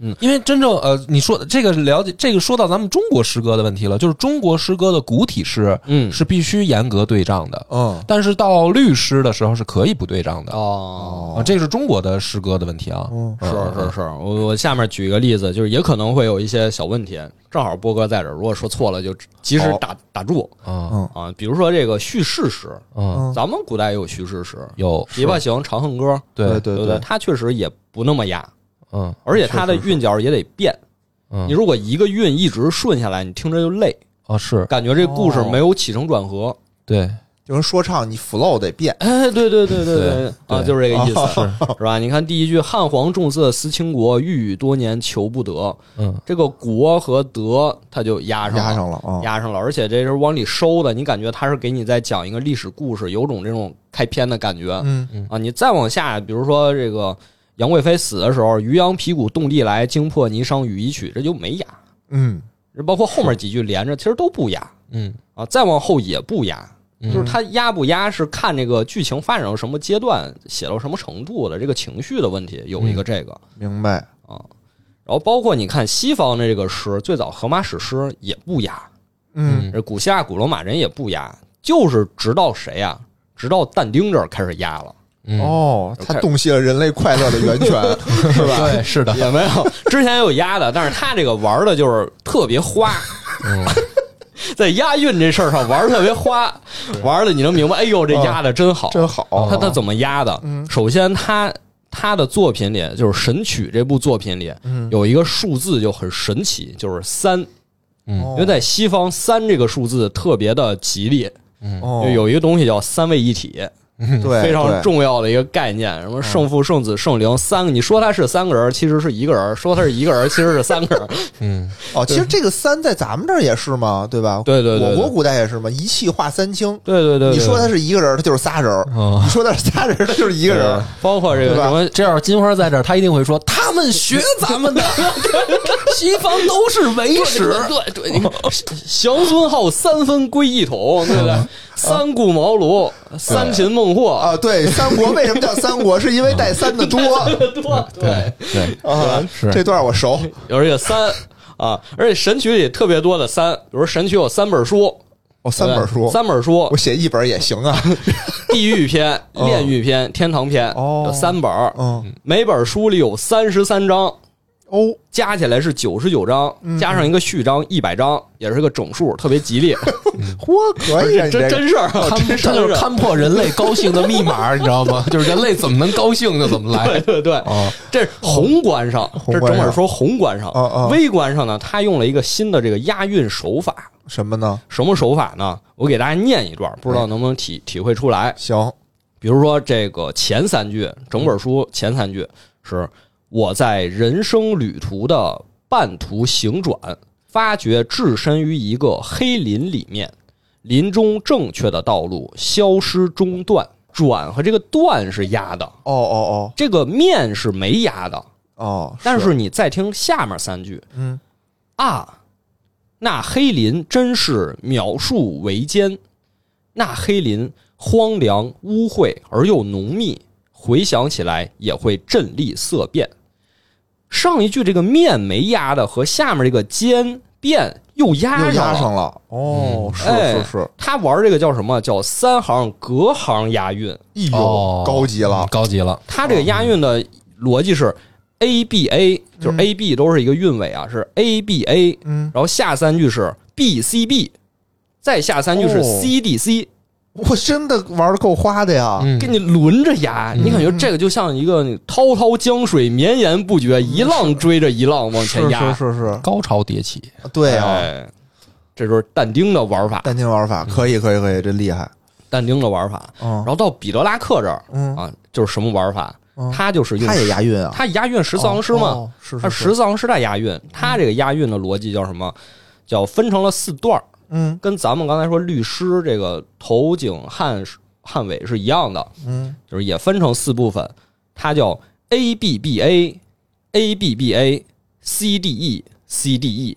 嗯， 因为真正呃，你说的这个了解，这个说到咱们中国诗歌的问题了，就是中国诗歌的古体诗， 嗯， 是必须严格对仗的， 嗯， 但是到律诗的时候是可以不对仗的。 哦， 啊，这是中国的诗歌的问题啊。 嗯， 是是是，我我下面举一个例子，就是也可能会有一些小问题，正好波哥在这儿，如果说错了就及时打打住。 嗯啊，比如说这个叙事诗， 嗯， 咱们古代也有叙事诗， 有琵琶行、长恨歌， 对对对对，它确实也不那么押， 嗯， 而且它的韵脚也得变。 嗯， 你如果一个韵一直顺下来，你听着就累， 哦是， 感觉这故事没有起承转合。 对。 就跟说唱，你 flow 得变。 哎，对对对对对对啊，就是这个意思，是是吧？你看第一句“汉皇重色思倾国，欲语多年求不得”， 嗯， 这个“国”和“德”它就压上了， 压上了啊， 压上了，而且这是往里收的，你感觉它是给你在讲一个历史故事，有种这种开篇的感觉。 嗯啊，你再往下，比如说这个杨贵妃死的时候，“渔阳鼙鼓动地来，惊破霓裳羽衣曲”，这就没压。 嗯， 包括后面几句连着，其实都不压。 嗯啊，再往后也不压。 嗯就是它压不压是看这个剧情发展到什么阶段，写到什么程度的这个情绪的问题，有一个这个、 明白啊。然后包括你看西方的这个诗，最早荷马史诗也不压， 嗯这古希腊古罗马人也不压，就是直到谁呀、啊？直到但丁这儿开始压了。 嗯、 哦，他洞悉了人类快乐的源泉，是吧？ 对，是的， 也没有之前也有压的，但是他这个玩的就是特别花。 嗯。 在押韵这事儿上玩特别花，玩的你能明白？哎呦，这押的真好， 真好。 他他怎么押的？首先他他的作品里，就是《神曲》这部作品里，有一个数字就很神奇，就是三。 嗯， 因为在西方，三这个数字特别的吉利。 嗯， 就有一个东西叫三位一体。 对， 非常重要的一个概念，什么圣父、圣子、圣灵三个，你说他是三个人，其实是一个人；说他是一个人，其实是三个人。 嗯， 哦，其实这个三在咱们这儿也是嘛，对吧？ 对对对， 我国古代也是嘛，一气化三清。 对对对， 你说他是一个人，他就是仨人；你说他是仨人，他就是一个人。 包括这个什么， 这要是金花在这儿，他一定会说他们学咱们的，西方都是伪史。 对对，你看降尊号三分归一统，对不对？三顾茅庐，三秦孟获啊，对，三国为什么叫三国？是因为带三的多， 多对对啊， 是这段我熟。 有这个三啊，而且神曲里特别多的三，比如神曲有三本书， 哦，三本书， 三本书， 我写一本也行啊。 地狱篇、炼狱篇、天堂篇，有三本， 嗯， 每本书里有三十三章。 哦， 加起来是九十九章，加上一个序章一百章，也是个整数，特别吉利。 嚯，可以， 真真事儿， 看这就是看破人类高兴的密码，你知道吗？就是人类怎么能高兴就怎么来。 对对对， 哦， 这是宏观上，这整本说宏观上，微观上呢，他用了一个新的这个押韵手法。 什么呢？ 什么手法呢？我给大家念一段，不知道能不能体体会出来。 行， 比如说这个前三句，整本书前三句是。我在人生旅途的半途行转，发觉置身于一个黑林里面，林中正确的道路消失中断，转和这个断是压的， 哦哦哦， 这个面是没压的， 哦， 但是你再听下面三句， 嗯啊，那黑林真是渺树为艰，那黑林荒凉污秽而又浓密，回想起来也会震栗色变。上一句这个面没压的和下面这个尖变又压上了， 又压上了。哦，是是是， 他玩这个叫什么？叫三行隔行押韵。 哎呦，高级了， 高级了。 他这个押韵的逻辑是 A B A， 就是 A B 都是一个韵尾啊，是 A B A， 嗯， 然后下三句是 B C B， 再下三句是 C D C。 我真的玩的够花的呀， 嗯、 给你轮着压，你感觉这个就像一个滔滔江水绵延不绝，一浪追着一浪往前压， 是是是是， 高潮迭起。 对啊、 哎，这就是但丁的玩法。 但丁玩法可以可以可以，真厉害。 但丁的玩法， 嗯， 然后到彼得拉克这儿， 嗯啊，就是什么玩法？ 嗯、 他就是用他也押韵啊， 他押韵十四行诗嘛， 哦哦、是是是他十四行诗带押韵，他这个押韵的逻辑叫什么？叫分成了四段。 嗯， 跟咱们刚才说律诗这个头颈汉汉尾是一样的， 嗯， 就是也分成四部分，它叫 A B B A A B B A C D E C D E，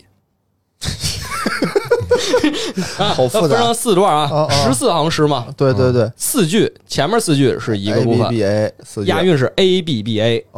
好复杂， 分成四段啊，十四行诗嘛， 对对对， 四句前面四句是一个部分 ，A B B A 押韵是 A B B A， 哦，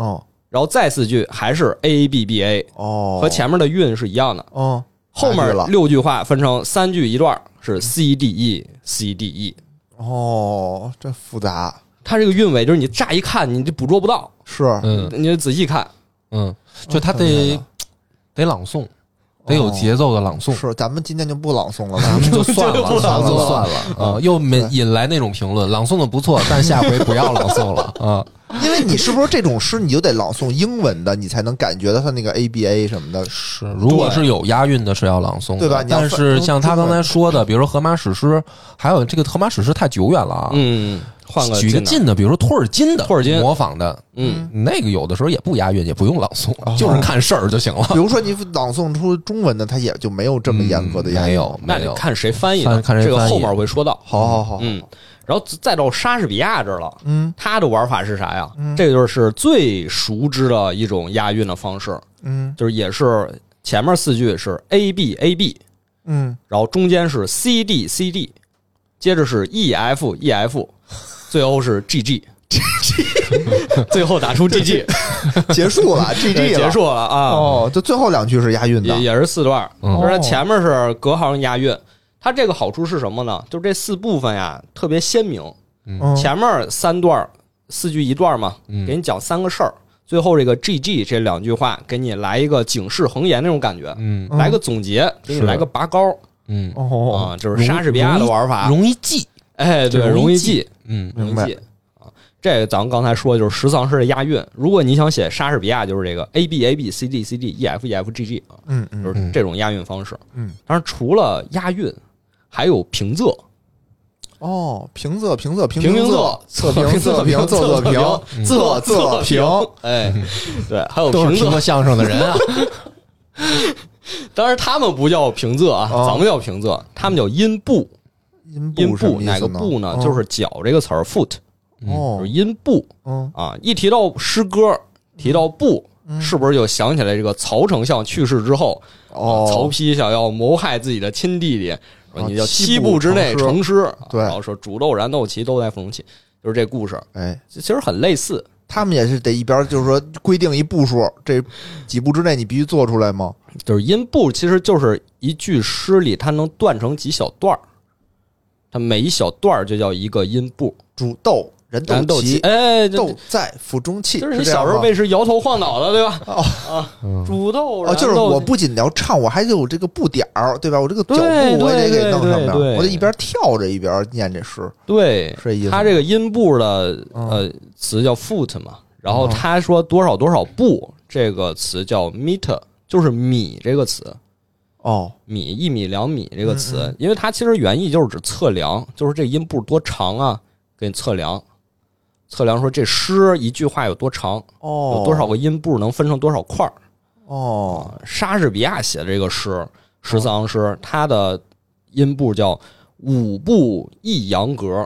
然后再四句还是 A B B A， 哦， 和前面的韵是一样的。 哦， 后面六句话分成三句一段，是 C D E C D E。 哦，这复杂。 它这个韵尾就是你乍一看你就捕捉不到， 是， 嗯， 你就仔细看， 嗯，就他得、哦、得朗诵。得有节奏的朗诵、 哦、是，咱们今天就不朗诵了， 咱们就算了， 就咱们就算了啊！又引来那种评论，朗诵的不错，但下回不要朗诵了啊！ 因为你是不是这种诗你就得朗诵英文的，你才能感觉到它那个 A B A 什么的。 是，如果是有押韵的，是要朗诵的， 对吧？ 但是像他刚才说的，比如说《荷马史诗》，还有这个《荷马史诗》太久远了啊。 嗯。换个举个近的，比如说托尔金的， 托尔金模仿的， 嗯， 那个有的时候也不押韵，也不用朗诵，哦、就是看事儿就行了。 比如说你朗诵出中文的，它也就没有这么严格的押韵、 嗯，没有， 那得看谁翻译的， 看谁翻译， 这个后面会说到。 好好好， 嗯，然后再到莎士比亚这儿了， 嗯， 他的玩法是啥呀？ 嗯、 这个就是最熟知的一种押韵的方式， 嗯， 就是也是前面四句是 A B A B， 嗯， 然后中间是 C D C D， 接着是 E F E F。最后是 G G， 最后打出 G G， 结束了 ，G G 结束了啊！ 哦，就最后两句是押韵的， 也也是四段， 哦、 就是前面是隔行押韵。它这个好处是什么呢？就是这四部分呀特别鲜明。 嗯、 前面三段四句一段嘛， 嗯、 给你讲三个事儿。最后这个 G G 这两句话给你来一个警示横言那种感觉， 嗯， 来个总结，给你来个拔高， 嗯， 哦啊，就是莎士比亚的玩法， 容易记。 哎，对，容易记， 嗯， 容易记啊。这个咱们刚才说的就是十丧诗的押韵。如果你想写莎士比亚，就是这个 A B A B C D C D E F E F G G 啊， 嗯嗯， 就是这种押韵方式。 嗯， 当然除了押韵，还有平仄。 哦，平仄平仄平平仄测评测评仄仄评仄仄评， 哎，对，还有都是听过相声的人啊。 当然他们不叫平仄啊，咱们叫平仄，他们叫音部。 音音部哪个部呢？ 哦、 就是脚这个词儿 ，foot， 哦， 就是音部。 嗯啊，一提到诗歌，提到部，嗯、是不是就想起来这个曹丞相去世之后， 哦， 曹丕想要谋害自己的亲弟弟，说你叫七步之内成诗， 对， 然后说煮豆燃豆萁，都在凤起，就是这故事。 哎， 其实很类似。 他们也是得一边就是说规定一步数，这几步之内你必须做出来吗？ 就是音部，其实就是一句诗里它能断成几小段儿。它每一小段就叫一个音部， 煮豆燃豆萁， 哎， 豆在腹中泣， 就是你小时候背诗摇头晃脑的，对吧？ 哦啊，煮豆哦，就是我不仅要唱，我还有这个步点儿，对吧？我这个脚步我也得给弄上面，我得一边跳着一边念这诗， 对， 是意思。 它这个音部的呃词叫 foot 嘛，然后他说多少多少步这个词叫 meter， 就是米这个词。 哦， 米一米两米这个词，嗯嗯，因为它其实原意就是指测量，就是这音部多长啊，给你测量，测量说这诗一句话有多长， 哦， 有多少个音部能分成多少块儿。 哦， 莎士比亚写的这个诗十四行诗，它的音部叫五步一扬格，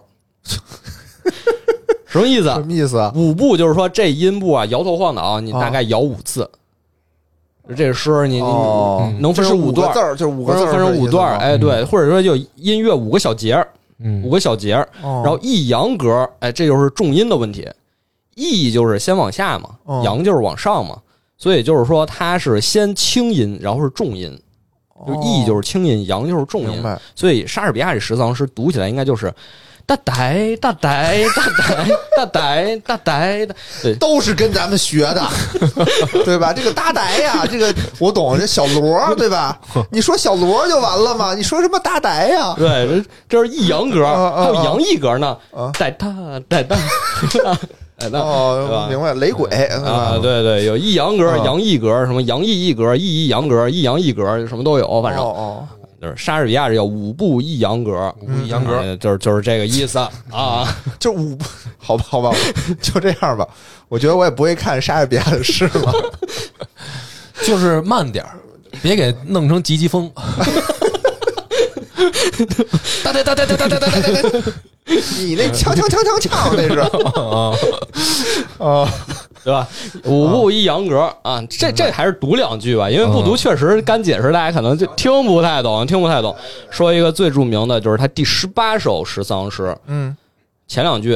什么意思？ 什么意思啊？ 五步就是说这音部啊摇头晃脑，你大概摇五次。哦，这诗你你、 哦、 能分成五段字儿，就是五个字， 分成五段，哎，对，或者说就音乐五个小节， 嗯， 五个小节， 哦、 然后一扬格，哎，这就是重音的问题，一就是先往下嘛， 哦、 扬就是往上嘛，所以就是说它是先轻音，然后是重音，就一就是轻音，扬就是重音，所以莎士比亚这十丧诗读起来应该就是。大呆大呆大呆大呆大呆的，对， 都是跟咱们学的，对吧？这个大呆呀，这个我懂，这小锣，对吧？你说小锣就完了吗？你说什么大呆呀？ 对，这这是一扬格， 啊啊、 还有扬一格呢。 啊， 呆大呆大，哎，那哦，明白，雷鬼啊，对对，有一扬格、扬一格，什么扬一一格、一一扬格、一扬一格，什么都有，反正。 哦。 就是莎士比亚这叫五步一扬格， 五步一扬格， 嗯、就是就是这个意思啊， 就五步，好吧，好吧，就这样吧。我觉得我也不会看莎士比亚的诗了， 就是慢点儿，别给弄成急急风。 哒哒哒哒哒哒哒哒哒，你那锵锵锵锵锵那是啊啊。对吧？五步一扬格啊，这这还是读两句吧，因为不读确实干解释，大家可能就听不太懂，听不太懂。说一个最著名的就是他第十八首十丧诗， 嗯， 前两句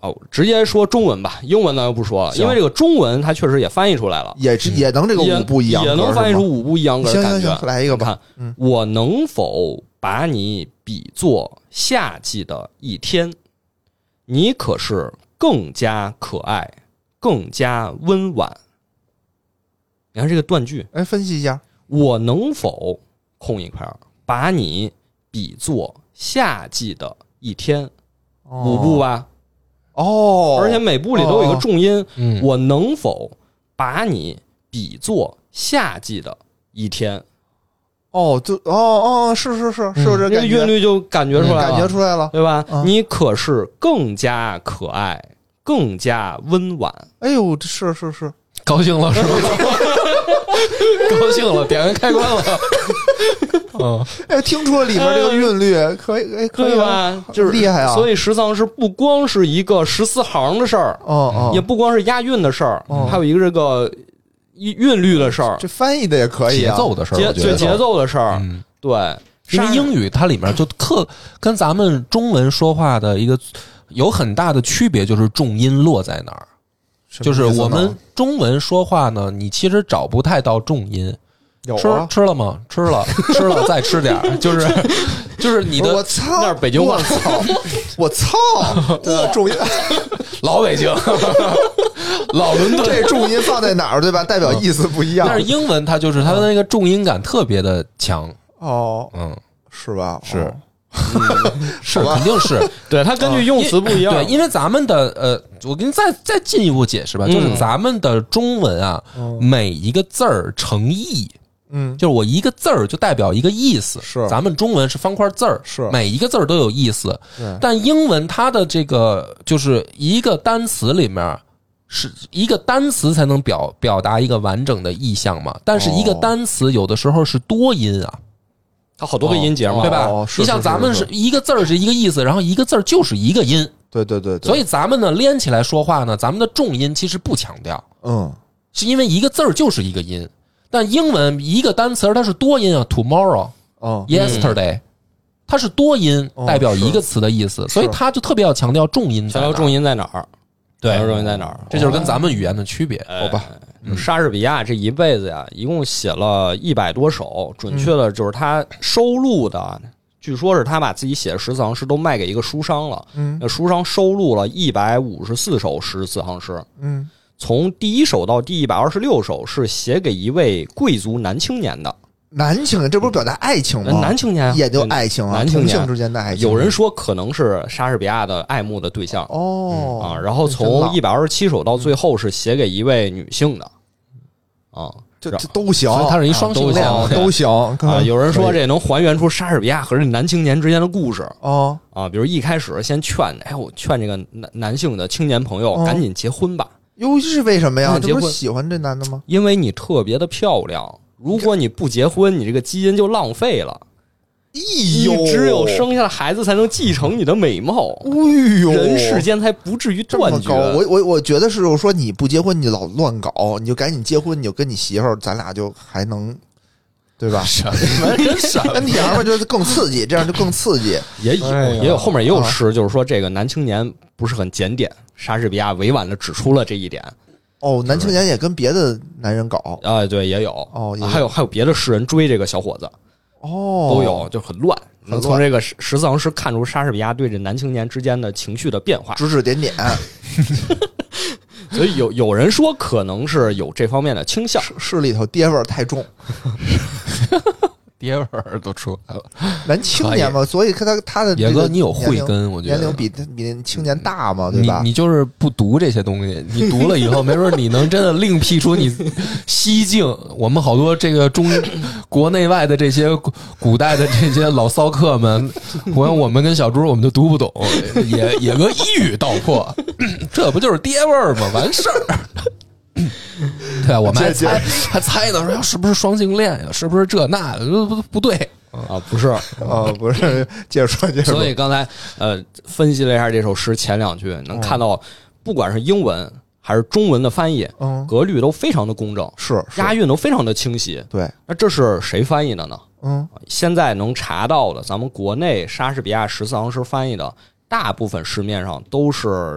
哦，直接说中文吧，英文咱就不说了，因为这个中文它确实也翻译出来了， 也也能这个五步一样， 也能翻译出五步一样的感觉。 行行行，来一个吧。 看， 嗯， 我能否把你比作夏季的一天？你可是更加可爱，更加温婉。你看这个断句， 哎，分析一下， 我能否空一块把你比作夏季的一天？ 哦、 五步吧。 哦， 而且每部里都有一个重音， 哦、 我能否把你比作夏季的一天？ 哦，就哦哦，是是是是有这个韵律就感觉出来了， 感觉出来了， 对吧？ 嗯、 你可是更加可爱，更加温婉。 哎呦，是是是， 高兴了是吧？高兴了，点完开关了。嗯， 哎，听出了里面这个韵律，可以，哎，可以吧？就是厉害啊！ 所以十四行诗不光是一个十四行的事儿， 哦哦， 也不光是押韵的事儿， 哦、 还有一个这个韵律的事儿， 这翻译的也可以、 啊，节奏的事儿， 节对节奏的事儿， 嗯， 对。 因为英语它里面就特跟咱们中文说话的一个有很大的区别，就是重音落在哪儿。就是我们中文说话呢，你其实找不太到重音。 有啊、 吃吃了吗？吃了，吃了再吃点儿，就是就是你的我操， 那是北京话， 我操，我操，对，重音， 老北京，老伦敦， 这重音放在哪儿，对吧？代表意思不一样。 但是英文它就是它的那个重音感特别的强。 哦， 嗯， 是吧？ 是。 哦嗯、是肯定是对，它根据用词不一样。 对，因为咱们的呃，我给你再再进一步解释吧， 嗯、 就是咱们的中文啊， 嗯、 每一个字儿成义， 嗯， 就是我一个字儿就代表一个意思。 是， 咱们中文是方块字儿， 是每一个字儿都有意思。但英文它的这个就是一个单词里面是一个单词才能表表达一个完整的意象嘛，但是一个单词有的时候是多音啊。 它好多个音节嘛， 对吧？ 哦、 你像咱们是一个字儿是一个意思，然后一个字儿就是一个音。 对对 对, 对， 所以咱们呢连起来说话呢，咱们的重音其实不强调， 嗯， 是因为一个字儿就是一个音。但英文一个单词它是多音啊 ，tomorrow， 哦 ，yesterday， 它是多音，代表一个词的意思，所以它就特别要强调重音， 强调重音在哪儿？ 对， 重音在哪儿？ 这就是跟咱们语言的区别， 好吧？莎士比亚这一辈子呀，一共写了一百多首，准确的就是他收录的，嗯、据说是他把自己写的十四行诗都卖给一个书商了。 嗯， 那书商收录了一百五十四首十四行诗。 嗯， 从第一首到第一百二十六首是写给一位贵族男青年的。 男青年，这不是表达爱情吗？ 男青年也就爱情啊， 男青年之间的爱情。 有人说可能是莎士比亚的爱慕的对象哦、 嗯、啊，然后从一百二十七首到最后是写给一位女性的啊， 这这都行， 他是一双性恋， 都行都行啊。有人说这能还原出莎士比亚和这男青年之间的故事哦啊，比如一开始先劝，哎，我劝这个男男性的青年朋友赶紧结婚吧。 哟，是为什么呀？ 这不是喜欢这男的吗？ 因为你特别的漂亮。如果你不结婚，你这个基因就浪费了。 哎呦， 你只有生下孩子才能继承你的美貌。 哎呦， 人世间才不至于断绝。 我我我觉得是说你不结婚，你老乱搞，你就赶紧结婚，你就跟你媳妇儿，咱俩就还能，对吧？ 什么跟什么？ 跟娘们就是更刺激，这样就更刺激。 也有、哎、也有后面也有诗，就是说这个男青年不是很检点，莎士比亚委婉的指出了这一点。 哦，男青年也跟别的男人搞啊、呃，对，也有哦，也有还有还有别的诗人追这个小伙子， 哦， 都有，就很乱。能从这个十四行诗看出莎士比亚对这男青年之间的情绪的变化， 指指点点。 所以有有人说可能是有这方面的倾向， 诗里头爹味儿太重。 爹味儿都出来了， 男青年嘛，所以他他的野哥你有慧根，我觉得年龄比比青年大嘛，对吧？ 你你就是不读这些东西，你读了以后，没准你能真的另辟出你西境。我们好多这个中国内外的这些古代的这些老骚客们，我我们跟小猪我们就读不懂，野野哥一语道破，这不就是爹味儿吗？完事儿。对啊，我们还猜还猜呢，说是不是双性恋呀？是不是这那的？不不对啊，不是啊，不是。接着说，接着说。 所以刚才呃分析了一下这首诗前两句，能看到不管是英文还是中文的翻译， 嗯， 格律都非常的工正， 是押韵都非常的清晰。 对， 那这是谁翻译的呢？ 嗯， 现在能查到的，咱们国内莎士比亚十四行诗翻译的，大部分市面上都是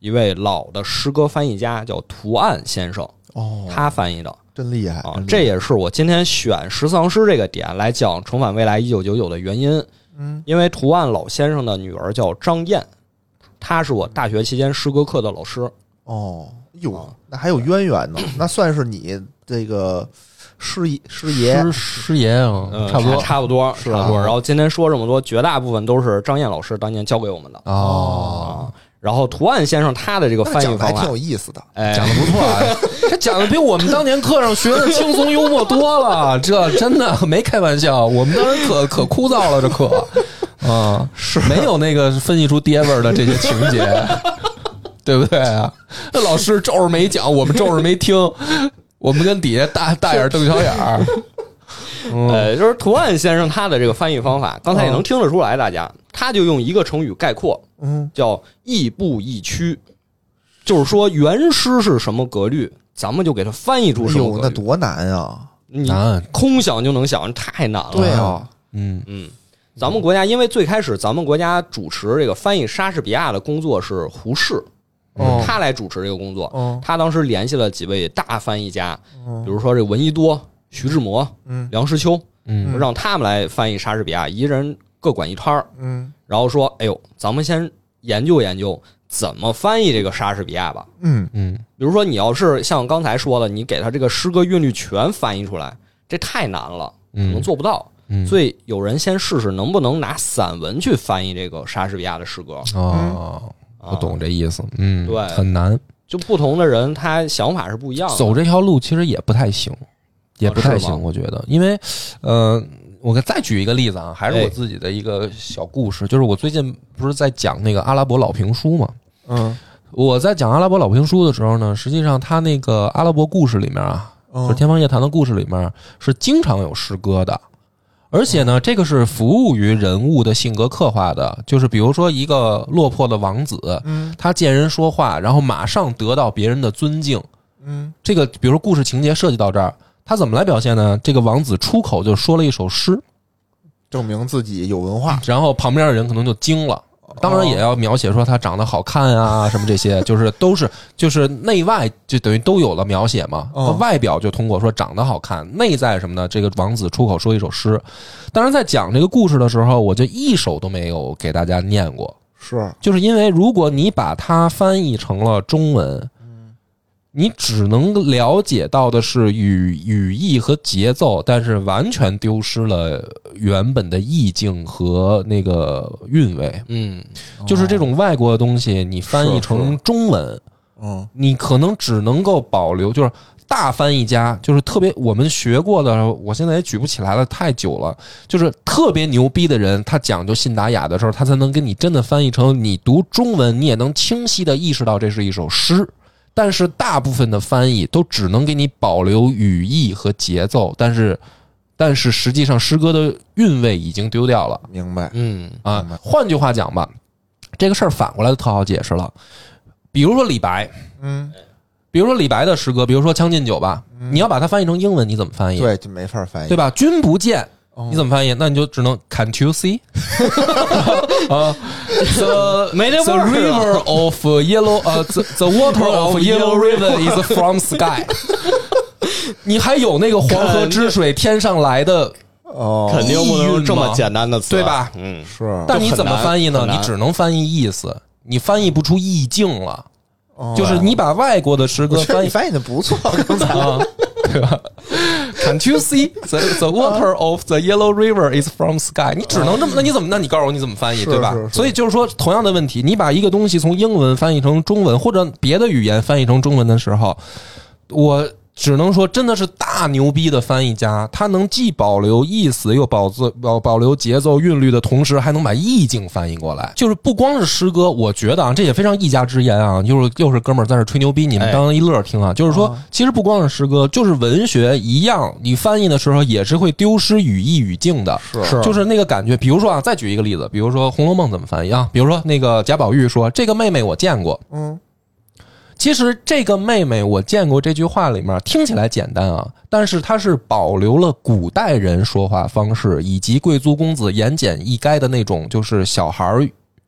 一位老的诗歌翻译家，叫图案先生。 哦， 他翻译的， 真厉害啊！这也是我今天选十四行诗这个点来讲《重返未来一九九九》的原因。 嗯， 因为图案老先生的女儿叫张燕，她是我大学期间诗歌课的老师。 哦，哟，那还有渊源呢，那算是你这个师爷师爷师师爷啊，差不多差不多是差不多。然后今天说这么多，绝大部分都是张燕老师当年教给我们的哦。 然后图案先生他的这个翻译方法还挺有意思的， 哎， 讲的不错啊，这讲的比我们当年课上学的轻松幽默多了，这真的没开玩笑，我们当时可可枯燥了这课啊，是没有那个分析出爹味儿的这些情节，对不对啊？那老师皱着眉讲，我们皱着眉听，我们跟底下大大眼瞪小眼儿。 嗯、呃，就是图案先生他的这个翻译方法，刚才也能听得出来，大家他就用一个成语概括， 嗯， 叫亦步亦趋，就是说原诗是什么格律，咱们就给它翻译出什么格律。 哎呦，那多难啊！ 你空想就能想，太难了。 对啊， 嗯嗯，咱们国家因为最开始咱们国家主持这个翻译莎士比亚的工作是胡适。 哦、 他来主持这个工作、 哦、 他当时联系了几位大翻译家、哦、比如说这闻一多、徐志摩、 嗯、 梁实秋， 嗯， 让他们来翻译莎士比亚，一人各管一摊儿， 嗯， 然后说，哎呦，咱们先研究研究怎么翻译这个莎士比亚吧， 嗯嗯，比如说你要是像刚才说的，你给他这个诗歌韵律全翻译出来，这太难了，可能做不到， 嗯， 所以有人先试试能不能拿散文去翻译这个莎士比亚的诗歌。 哦，我懂这意思，嗯， 对， 很难。 就不同的人，他想法是不一样的。 走这条路其实也不太行，也不太行，我觉得，因为，呃，我再举一个例子啊，还是我自己的一个小故事，哎、就是我最近不是在讲那个阿拉伯老评书嘛， 嗯， 我在讲阿拉伯老评书的时候呢，实际上他那个阿拉伯故事里面啊， 嗯、 就是天方夜谭的故事里面是经常有诗歌的。而且呢，这个是服务于人物的性格刻画的，就是比如说一个落魄的王子， 嗯， 他见人说话，然后马上得到别人的尊敬， 嗯， 这个比如说故事情节设计到这儿，他怎么来表现呢？这个王子出口就说了一首诗， 证明自己有文化， 然后旁边的人可能就惊了。当然也要描写说他长得好看啊，什么这些，就是都是就是内外就等于都有了描写嘛。 哦、 外表就通过说长得好看，内在什么呢？这个王子出口说一首诗。当然在讲这个故事的时候，我就一首都没有给大家念过， 是就是因为如果你把它翻译成了中文，你只能了解到的是语语义和节奏，但是完全丢失了原本的意境和那个韵味。 嗯， 就是这种外国的东西，你翻译成中文， 嗯， 你可能只能够保留，就是大翻译家，就是特别我们学过的，我现在也举不起来了，太久了。就是特别牛逼的人，他讲究信达雅的时候，他才能跟你真的翻译成你读中文，你也能清晰的意识到这是一首诗。但是大部分的翻译都只能给你保留语义和节奏，但是但是实际上诗歌的韵味已经丢掉了。 明白， 嗯啊，换句话讲吧，这个事儿反过来就特好解释了。比如说李白， 嗯， 比如说李白的诗歌，比如说《将进酒》吧，嗯、你要把它翻译成英文，你怎么翻译？ 对，就没法翻译， 对吧？君不见。你怎么翻译？那你就只能 Can't you see？ 啊 ，the the river of yellow， 呃、uh, ，the the water of yellow river is from sky 。你还有那个黄河之水天上来的哦， 肯定不能这么简单的词， 对吧？ 嗯， 是。 但你怎么翻译呢？你只能翻译意思，你翻译不出意境了。 哦、 就是你把外国的诗歌翻译， 你翻译的不错，刚才。 啊对吧 ？Can't you see the the water of the yellow river is from sky？ 你只能这么，那你怎么？那你告诉我你怎么翻译，对吧？所以就是说，同样的问题，你把一个东西从英文翻译成中文，或者别的语言翻译成中文的时候，我只能说，真的是大牛逼的翻译家，他能既保留意思，又保保保留节奏韵律的同时，还能把意境翻译过来。就是不光是诗歌，我觉得啊，这也非常一家之言啊，就是又是哥们儿在这吹牛逼，你们当一乐听啊。就是说，其实不光是诗歌，就是文学一样，你翻译的时候也是会丢失语义语境的， 是就是那个感觉。比如说啊，再举一个例子，比如说《红楼梦》怎么翻译啊？比如说那个贾宝玉说：“这个妹妹我见过。” 嗯。 其实这个妹妹我见过这句话里面听起来简单啊，但是它是保留了古代人说话方式以及贵族公子言简意赅的那种就是小孩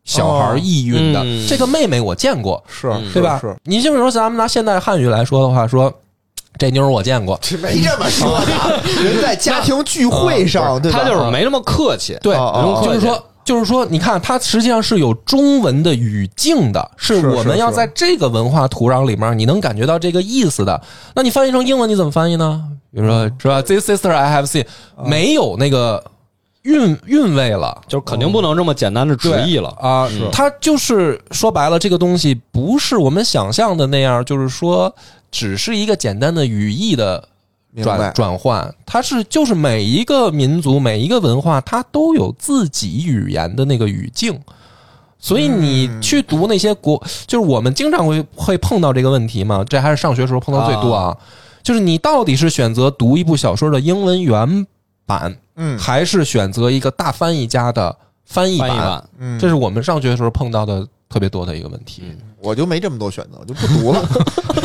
小孩意蕴的。 哦嗯、 这个妹妹我见过， 是， 对吧？ 是。 你就比如说咱们拿现代汉语来说的话，说这妞我见过， 没这么说的，人在家庭聚会上，对吧？ 他就是没那么客气， 对， 哦、 就是说。就是说，你看，它实际上是有中文的语境的，是我们要在这个文化土壤里面，你能感觉到这个意思的。那你翻译成英文，你怎么翻译呢？比如说，是吧 ？This sister I have seen， 没有那个韵韵味了， 就是肯定不能这么简单的直译了啊。它就是说白了，这个东西不是我们想象的那样，就是说，只是一个简单的语义的。转转换，它是就是每一个民族每一个文化，它都有自己语言的那个语境，所以你去读那些国，嗯、就是我们经常会会碰到这个问题嘛，这还是上学时候碰到最多啊。啊就是你到底是选择读一部小说的英文原版，嗯，还是选择一个大翻译家的翻译版？ 翻译版， 嗯， 这是我们上学的时候碰到的特别多的一个问题。 嗯、我就没这么多选择，我就不读了。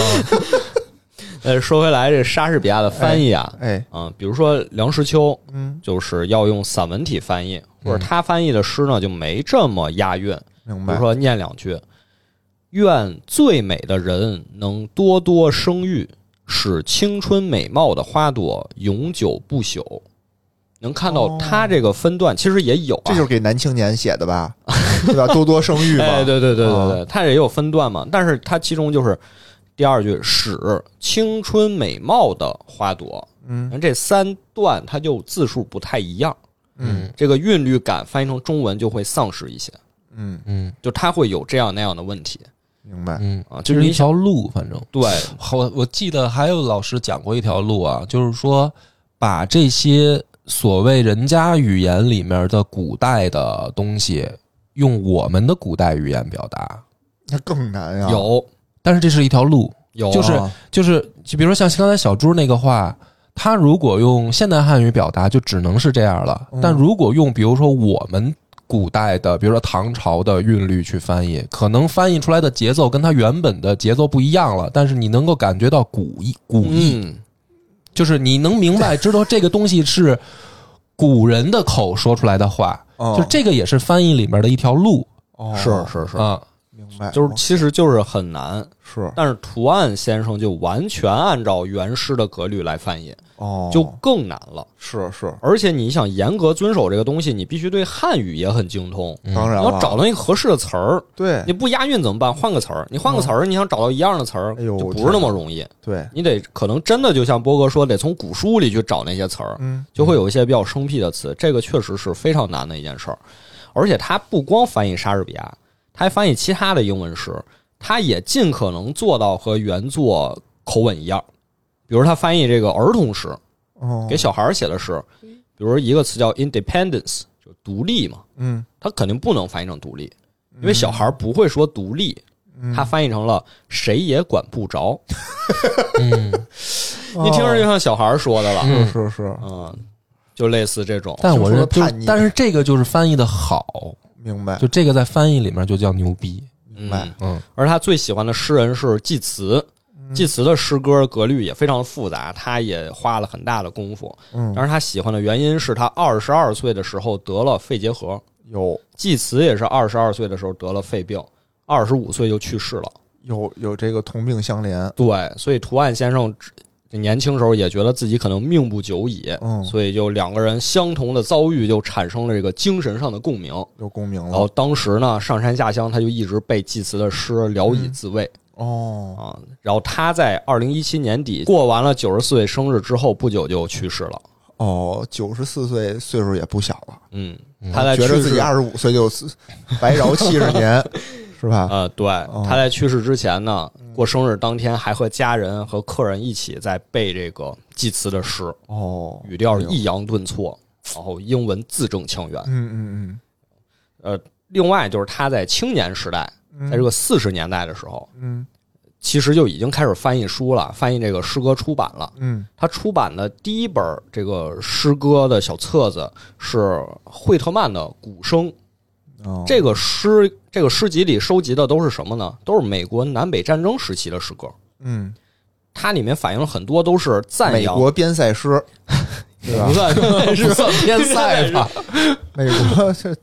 呃，说回来，这莎士比亚的翻译啊， 哎， 啊、呃，比如说梁实秋， 嗯， 就是要用散文体翻译，或者他翻译的诗呢就没这么押韵。 明白。 比如说念两句：“愿最美的人能多多生育，使青春美貌的花朵永久不朽。”能看到他这个分段，其实也有、啊， 这就是给男青年写的吧，对吧？多多生育嘛， 哎，对对对对对，他也有分段嘛，但是他其中就是。第二句使青春美貌的花朵，嗯，这三段它就字数不太一样， 嗯， 这个韵律感翻译成中文就会丧失一些， 嗯嗯， 就它会有这样那样的问题， 明白， 嗯啊，就是一条路，反正对， 我我记得还有老师讲过一条路啊，就是说把这些所谓人家语言里面的古代的东西，用我们的古代语言表达， 那更难呀， 有。 但是这是一条路， 有就是就是就比如说像刚才小猪那个话，他如果用现代汉语表达，就只能是这样了。但如果用比如说我们古代的，比如说唐朝的韵律去翻译，可能翻译出来的节奏跟它原本的节奏不一样了，但是你能够感觉到古意，古意， 嗯、 就是你能明白知道这个东西是古人的口说出来的话， 哦、 就这个也是翻译里面的一条路。 哦、 是是是啊。 明白， 就是其实就是很难， 是， 但是图案先生就完全按照原诗的格律来翻译， 哦， 就更难了。 是是， 而且你想严格遵守这个东西，你必须对汉语也很精通。 当然， 你要找到一个合适的词儿， 对， 你不押韵怎么办？换个词儿，你换个词儿，你想找到一样的词儿，就不是那么容易。 对， 你得可能真的就像波哥说，得从古书里去找那些词儿， 嗯， 就会有一些比较生僻的词，这个确实是非常难的一件事儿。而且他不光翻译莎士比亚。他还翻译其他的英文诗，他也尽可能做到和原作口吻一样。比如他翻译这个儿童诗，给小孩写的诗，比如一个词叫 independence， 就独立嘛， 嗯，他肯定不能翻译成独立，因为小孩不会说独立，他翻译成了谁也管不着。 嗯， 你听着就像小孩说的了， 是是是， 嗯，就类似这种。 但我就但是这个就是翻译的好。 明白， 就这个在翻译里面就叫牛逼， 明白。 嗯，而他最喜欢的诗人是济慈，济慈的诗歌格律也非常复杂，他也花了很大的功夫。 嗯， 但是他喜欢的原因是他二十二岁的时候得了肺结核， 有济慈也是二十二岁的时候得了肺病，二十五岁就去世了， 有有这个同病相怜。 对，所以图案先生年轻时候也觉得自己可能命不久矣， 嗯， 所以就两个人相同的遭遇就产生了这个精神上的共鸣， 有共鸣了。 然后当时呢，上山下乡他就一直背济慈的诗聊以自慰。 嗯、哦啊，然后他在二零一七年底过完了九十四岁生日之后，不久就去世了。 哦，九十四岁岁数也不小了。 嗯，他在觉得自己二十五岁就白饶七十年。是吧？ 呃，对，他在去世之前呢，过生日当天还和家人和客人一起在背这个济慈的诗， 哦， 语调抑扬顿挫，然后英文字正腔圆。 嗯嗯嗯。 呃，另外就是他在青年时代，在这个四十年代的时候， 嗯， 其实就已经开始翻译书了，翻译这个诗歌出版了。 嗯， 他出版的第一本这个诗歌的小册子是惠特曼的《鼓声》。 哦， 这个诗这个诗集里收集的都是什么呢？都是美国南北战争时期的诗歌。 嗯， 它里面反映了很多都是赞扬美国边塞诗，对吧？ 不算是算边塞吧？ 美国这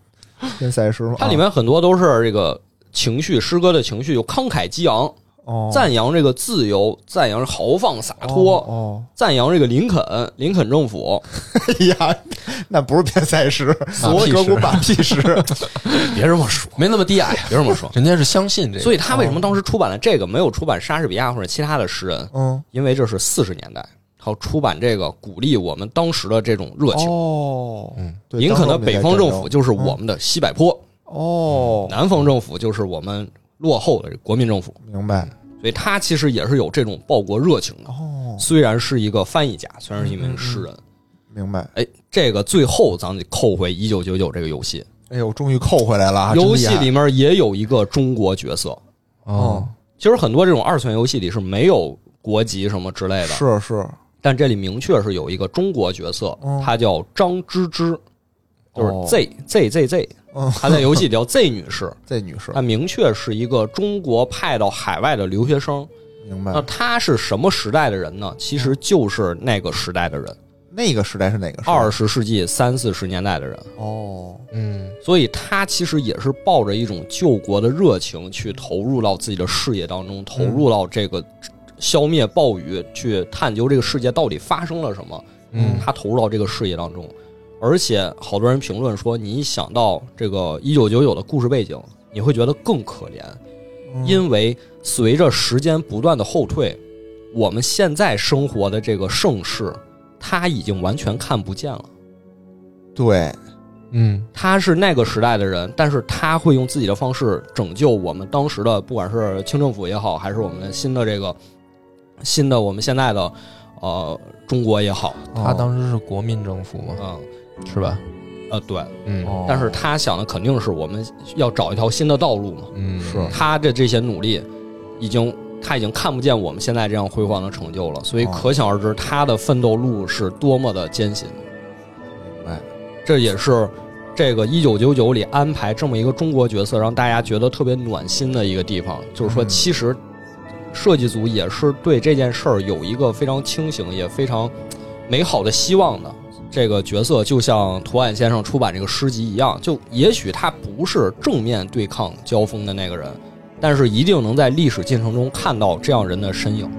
变赛诗吗？ 它里面很多都是这个情绪，诗歌的情绪有慷慨激昂， 哦， 赞扬这个自由，赞扬豪放洒脱， 哦，哦赞扬这个林肯，林肯政府。 哎呀，那不是变赛诗，所有股把屁诗。 别这么说， 没那么低矮， 别这么说， 人家是相信这个。 所以他为什么当时出版了这个，没有出版莎士比亚或者其他的诗人？ 嗯， 因为这是四十年代，他要出版这个，鼓励我们当时的这种热情。 哦， 嗯， 对， 林肯的北方政府就是我们的西柏坡， 哦， 南方政府就是我们落后的国民政府。 明白。 所以他其实也是有这种报国热情的。 哦， 虽然是一个翻译家，虽然是一名诗人。 明白。 哎，这个最后咱们得扣回一九九九这个游戏。 哎呦，终于扣回来了！ 游戏里面也有一个中国角色。 哦， 其实很多这种二次元游戏里是没有国籍什么之类的， 是是， 但这里明确是有一个中国角色， 嗯、 他叫张芝芝，就是 Z、 哦、 Z Z Z， 嗯， 他在游戏里叫 Z 女士 ，Z 女士， 她明确是一个中国派到海外的留学生。 明白。 那她是什么时代的人呢？其实就是那个时代的人。 那个时代是哪个时代？ 二十世纪三四十年代的人。 哦， 嗯， 所以他其实也是抱着一种救国的热情去投入到自己的事业当中，投入到这个消灭暴雨，去探究这个世界到底发生了什么。 嗯， 他投入到这个事业当中，而且好多人评论说，你一想到这个一九九九的故事背景，你会觉得更可怜， 嗯、 因为随着时间不断的后退，我们现在生活的这个盛世。他已经完全看不见了。 对， 嗯， 他是那个时代的人，但是他会用自己的方式拯救我们当时的，不管是清政府也好，还是我们新的这个新的我们现在的呃中国也好。 他当时是国民政府嘛， 嗯， 是吧？ 呃，对， 嗯， 哦、 但是他想的肯定是我们要找一条新的道路嘛。 嗯， 是他的这些努力已经。他已经看不见我们现在这样辉煌的成就了，所以可想而知他的奋斗路是多么的艰辛。 明白， 这也是这个一九九九里安排这么一个中国角色，让大家觉得特别暖心的一个地方。就是说，其实设计组也是对这件事儿有一个非常清醒也非常美好的希望的。这个角色就像涂岸先生出版这个诗集一样，就也许他不是正面对抗交锋的那个人，但是一定能在历史进程中看到这样人的身影。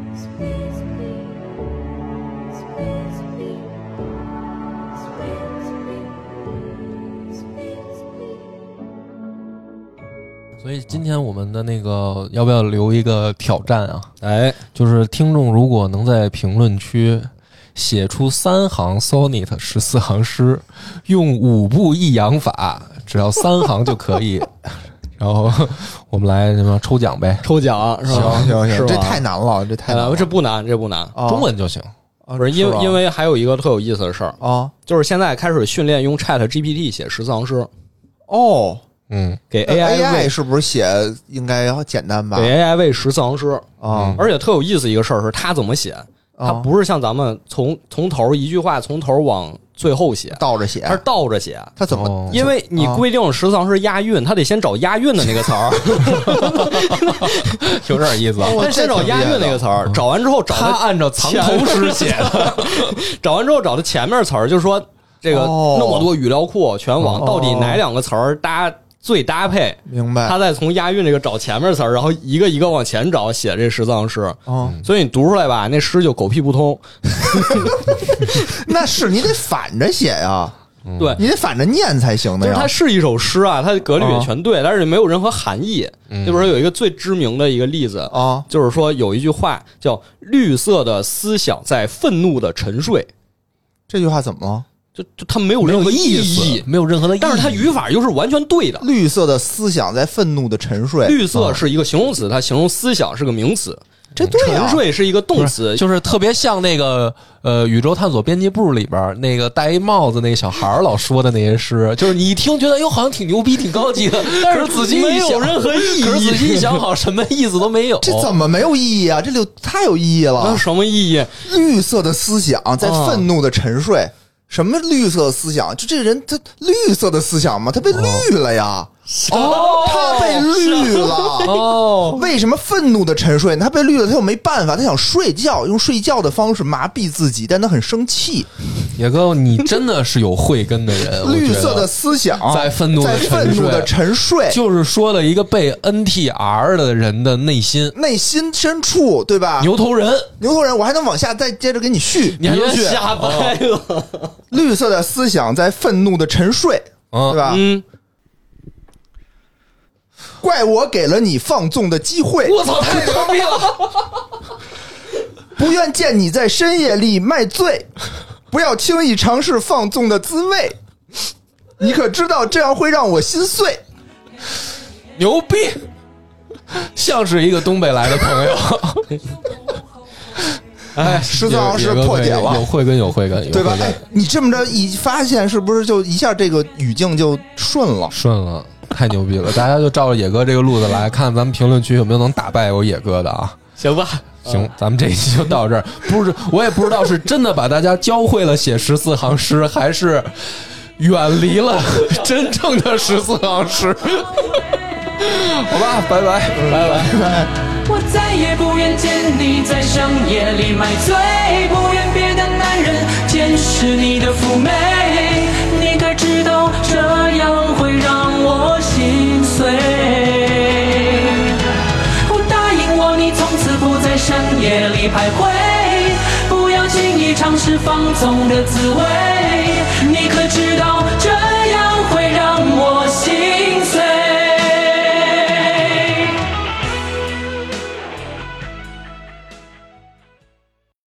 所以今天我们的那个要不要留一个挑战啊？ 哎， 就是听众如果能在评论区写出三行 sonnet 十四行诗，用五步一扬法，只要三行就可以。然后我们来什么抽奖呗？ 抽奖是吧？ 行行行， 是吧这太难了，这太难了， 呃、这不难，这不难， 哦、 中文就行。 不是因为因为还有一个特有意思的事儿啊， 就是现在开始训练用 Chat G P T 写十四行诗。 哦， 嗯，给 A I A I 是不是写应该要简单吧？ 给 A I 喂十四行诗啊， 而且特有意思一个事儿是，他怎么写？他不是像咱们从从头一句话从头往最后写， 倒着写， 他是倒着写。 他怎么？哦、 因为你规定十四行诗押韵，他得先找押韵的那个词儿， 有点意思。 他先找押韵那个词儿，找完之后找他按照藏头诗写的， 找完之后找他前面词儿，就是说这个那么多语料库全网，到底哪两个词儿搭最搭配？ 明白。 他再从押韵这个找前面词儿，然后一个一个往前找写这十四行诗。 哦， 所以你读出来吧，那诗就狗屁不通。 那是你得反着写呀， 对， 你得反着念才行的呀。 就是它是一首诗啊，它的格律也全对，但是没有任何含义。就比如说有一个最知名的一个例子啊， 就是说有一句话叫“绿色的思想在愤怒的沉睡”， 这句话怎么了？ 就就它没有任何意义， 没有任何的意义， 但是它语法又是完全对的。 绿色的思想在愤怒的沉睡， 绿色是一个形容词，它形容思想是个名词。 这对啊，沉睡是一个动词， 就是特别像那个呃宇宙探索编辑部里边那个戴一帽子那个小孩老说的那些诗，就是你一听觉得哟好像挺牛逼挺高级的，但是仔细一想没有任何意义， 可是仔细一想好什么意思都没有。 这怎么没有意义啊？这里太有意义了。 那什么意义？ 绿色的思想在愤怒的沉睡。啊什么绿色思想？就这人他绿色的思想吗？他被绿了呀！ 哦，他被绿了。 哦， 为什么愤怒的沉睡？他被绿了，他又没办法，他想睡觉，用睡觉的方式麻痹自己，但他很生气。 野哥，你真的是有慧根的人。 绿色的思想在愤怒的在愤怒的沉睡， 就是说了一个被 N T R 的人的内心， 内心深处，对吧？ 牛头人， 牛头人，我还能往下再接着给你续， 你还能续瞎掰了。 绿色的思想在愤怒的沉睡， 嗯、 对吧？ 嗯。 怪我给了你放纵的机会， 我操，太牛逼了！ 不愿见你在深夜里卖醉，不要轻易尝试放纵的滋味，你可知道这样会让我心碎？ 牛逼，像是一个东北来的朋友。 哎，十四行诗破解了， 有慧根，有慧根， 对吧？哎，你这么着一发现，是不是就一下这个语境就顺了？ 顺了。太牛逼了！大家就照着野哥这个路子来看，咱们评论区有没有能打败我野哥的啊？ 行吧， 行，咱们这一期就到这儿。不是，我也不知道是真的把大家教会了写十四行诗，还是远离了真正的十四行诗。好吧，拜拜， 拜拜，拜拜。 我再也不愿见你在深夜里买醉，不愿别的男人见识你的妩媚，你可知道这样会让我心碎？我答应我，你从此不在深夜里徘徊，不要轻易尝试放纵的滋味。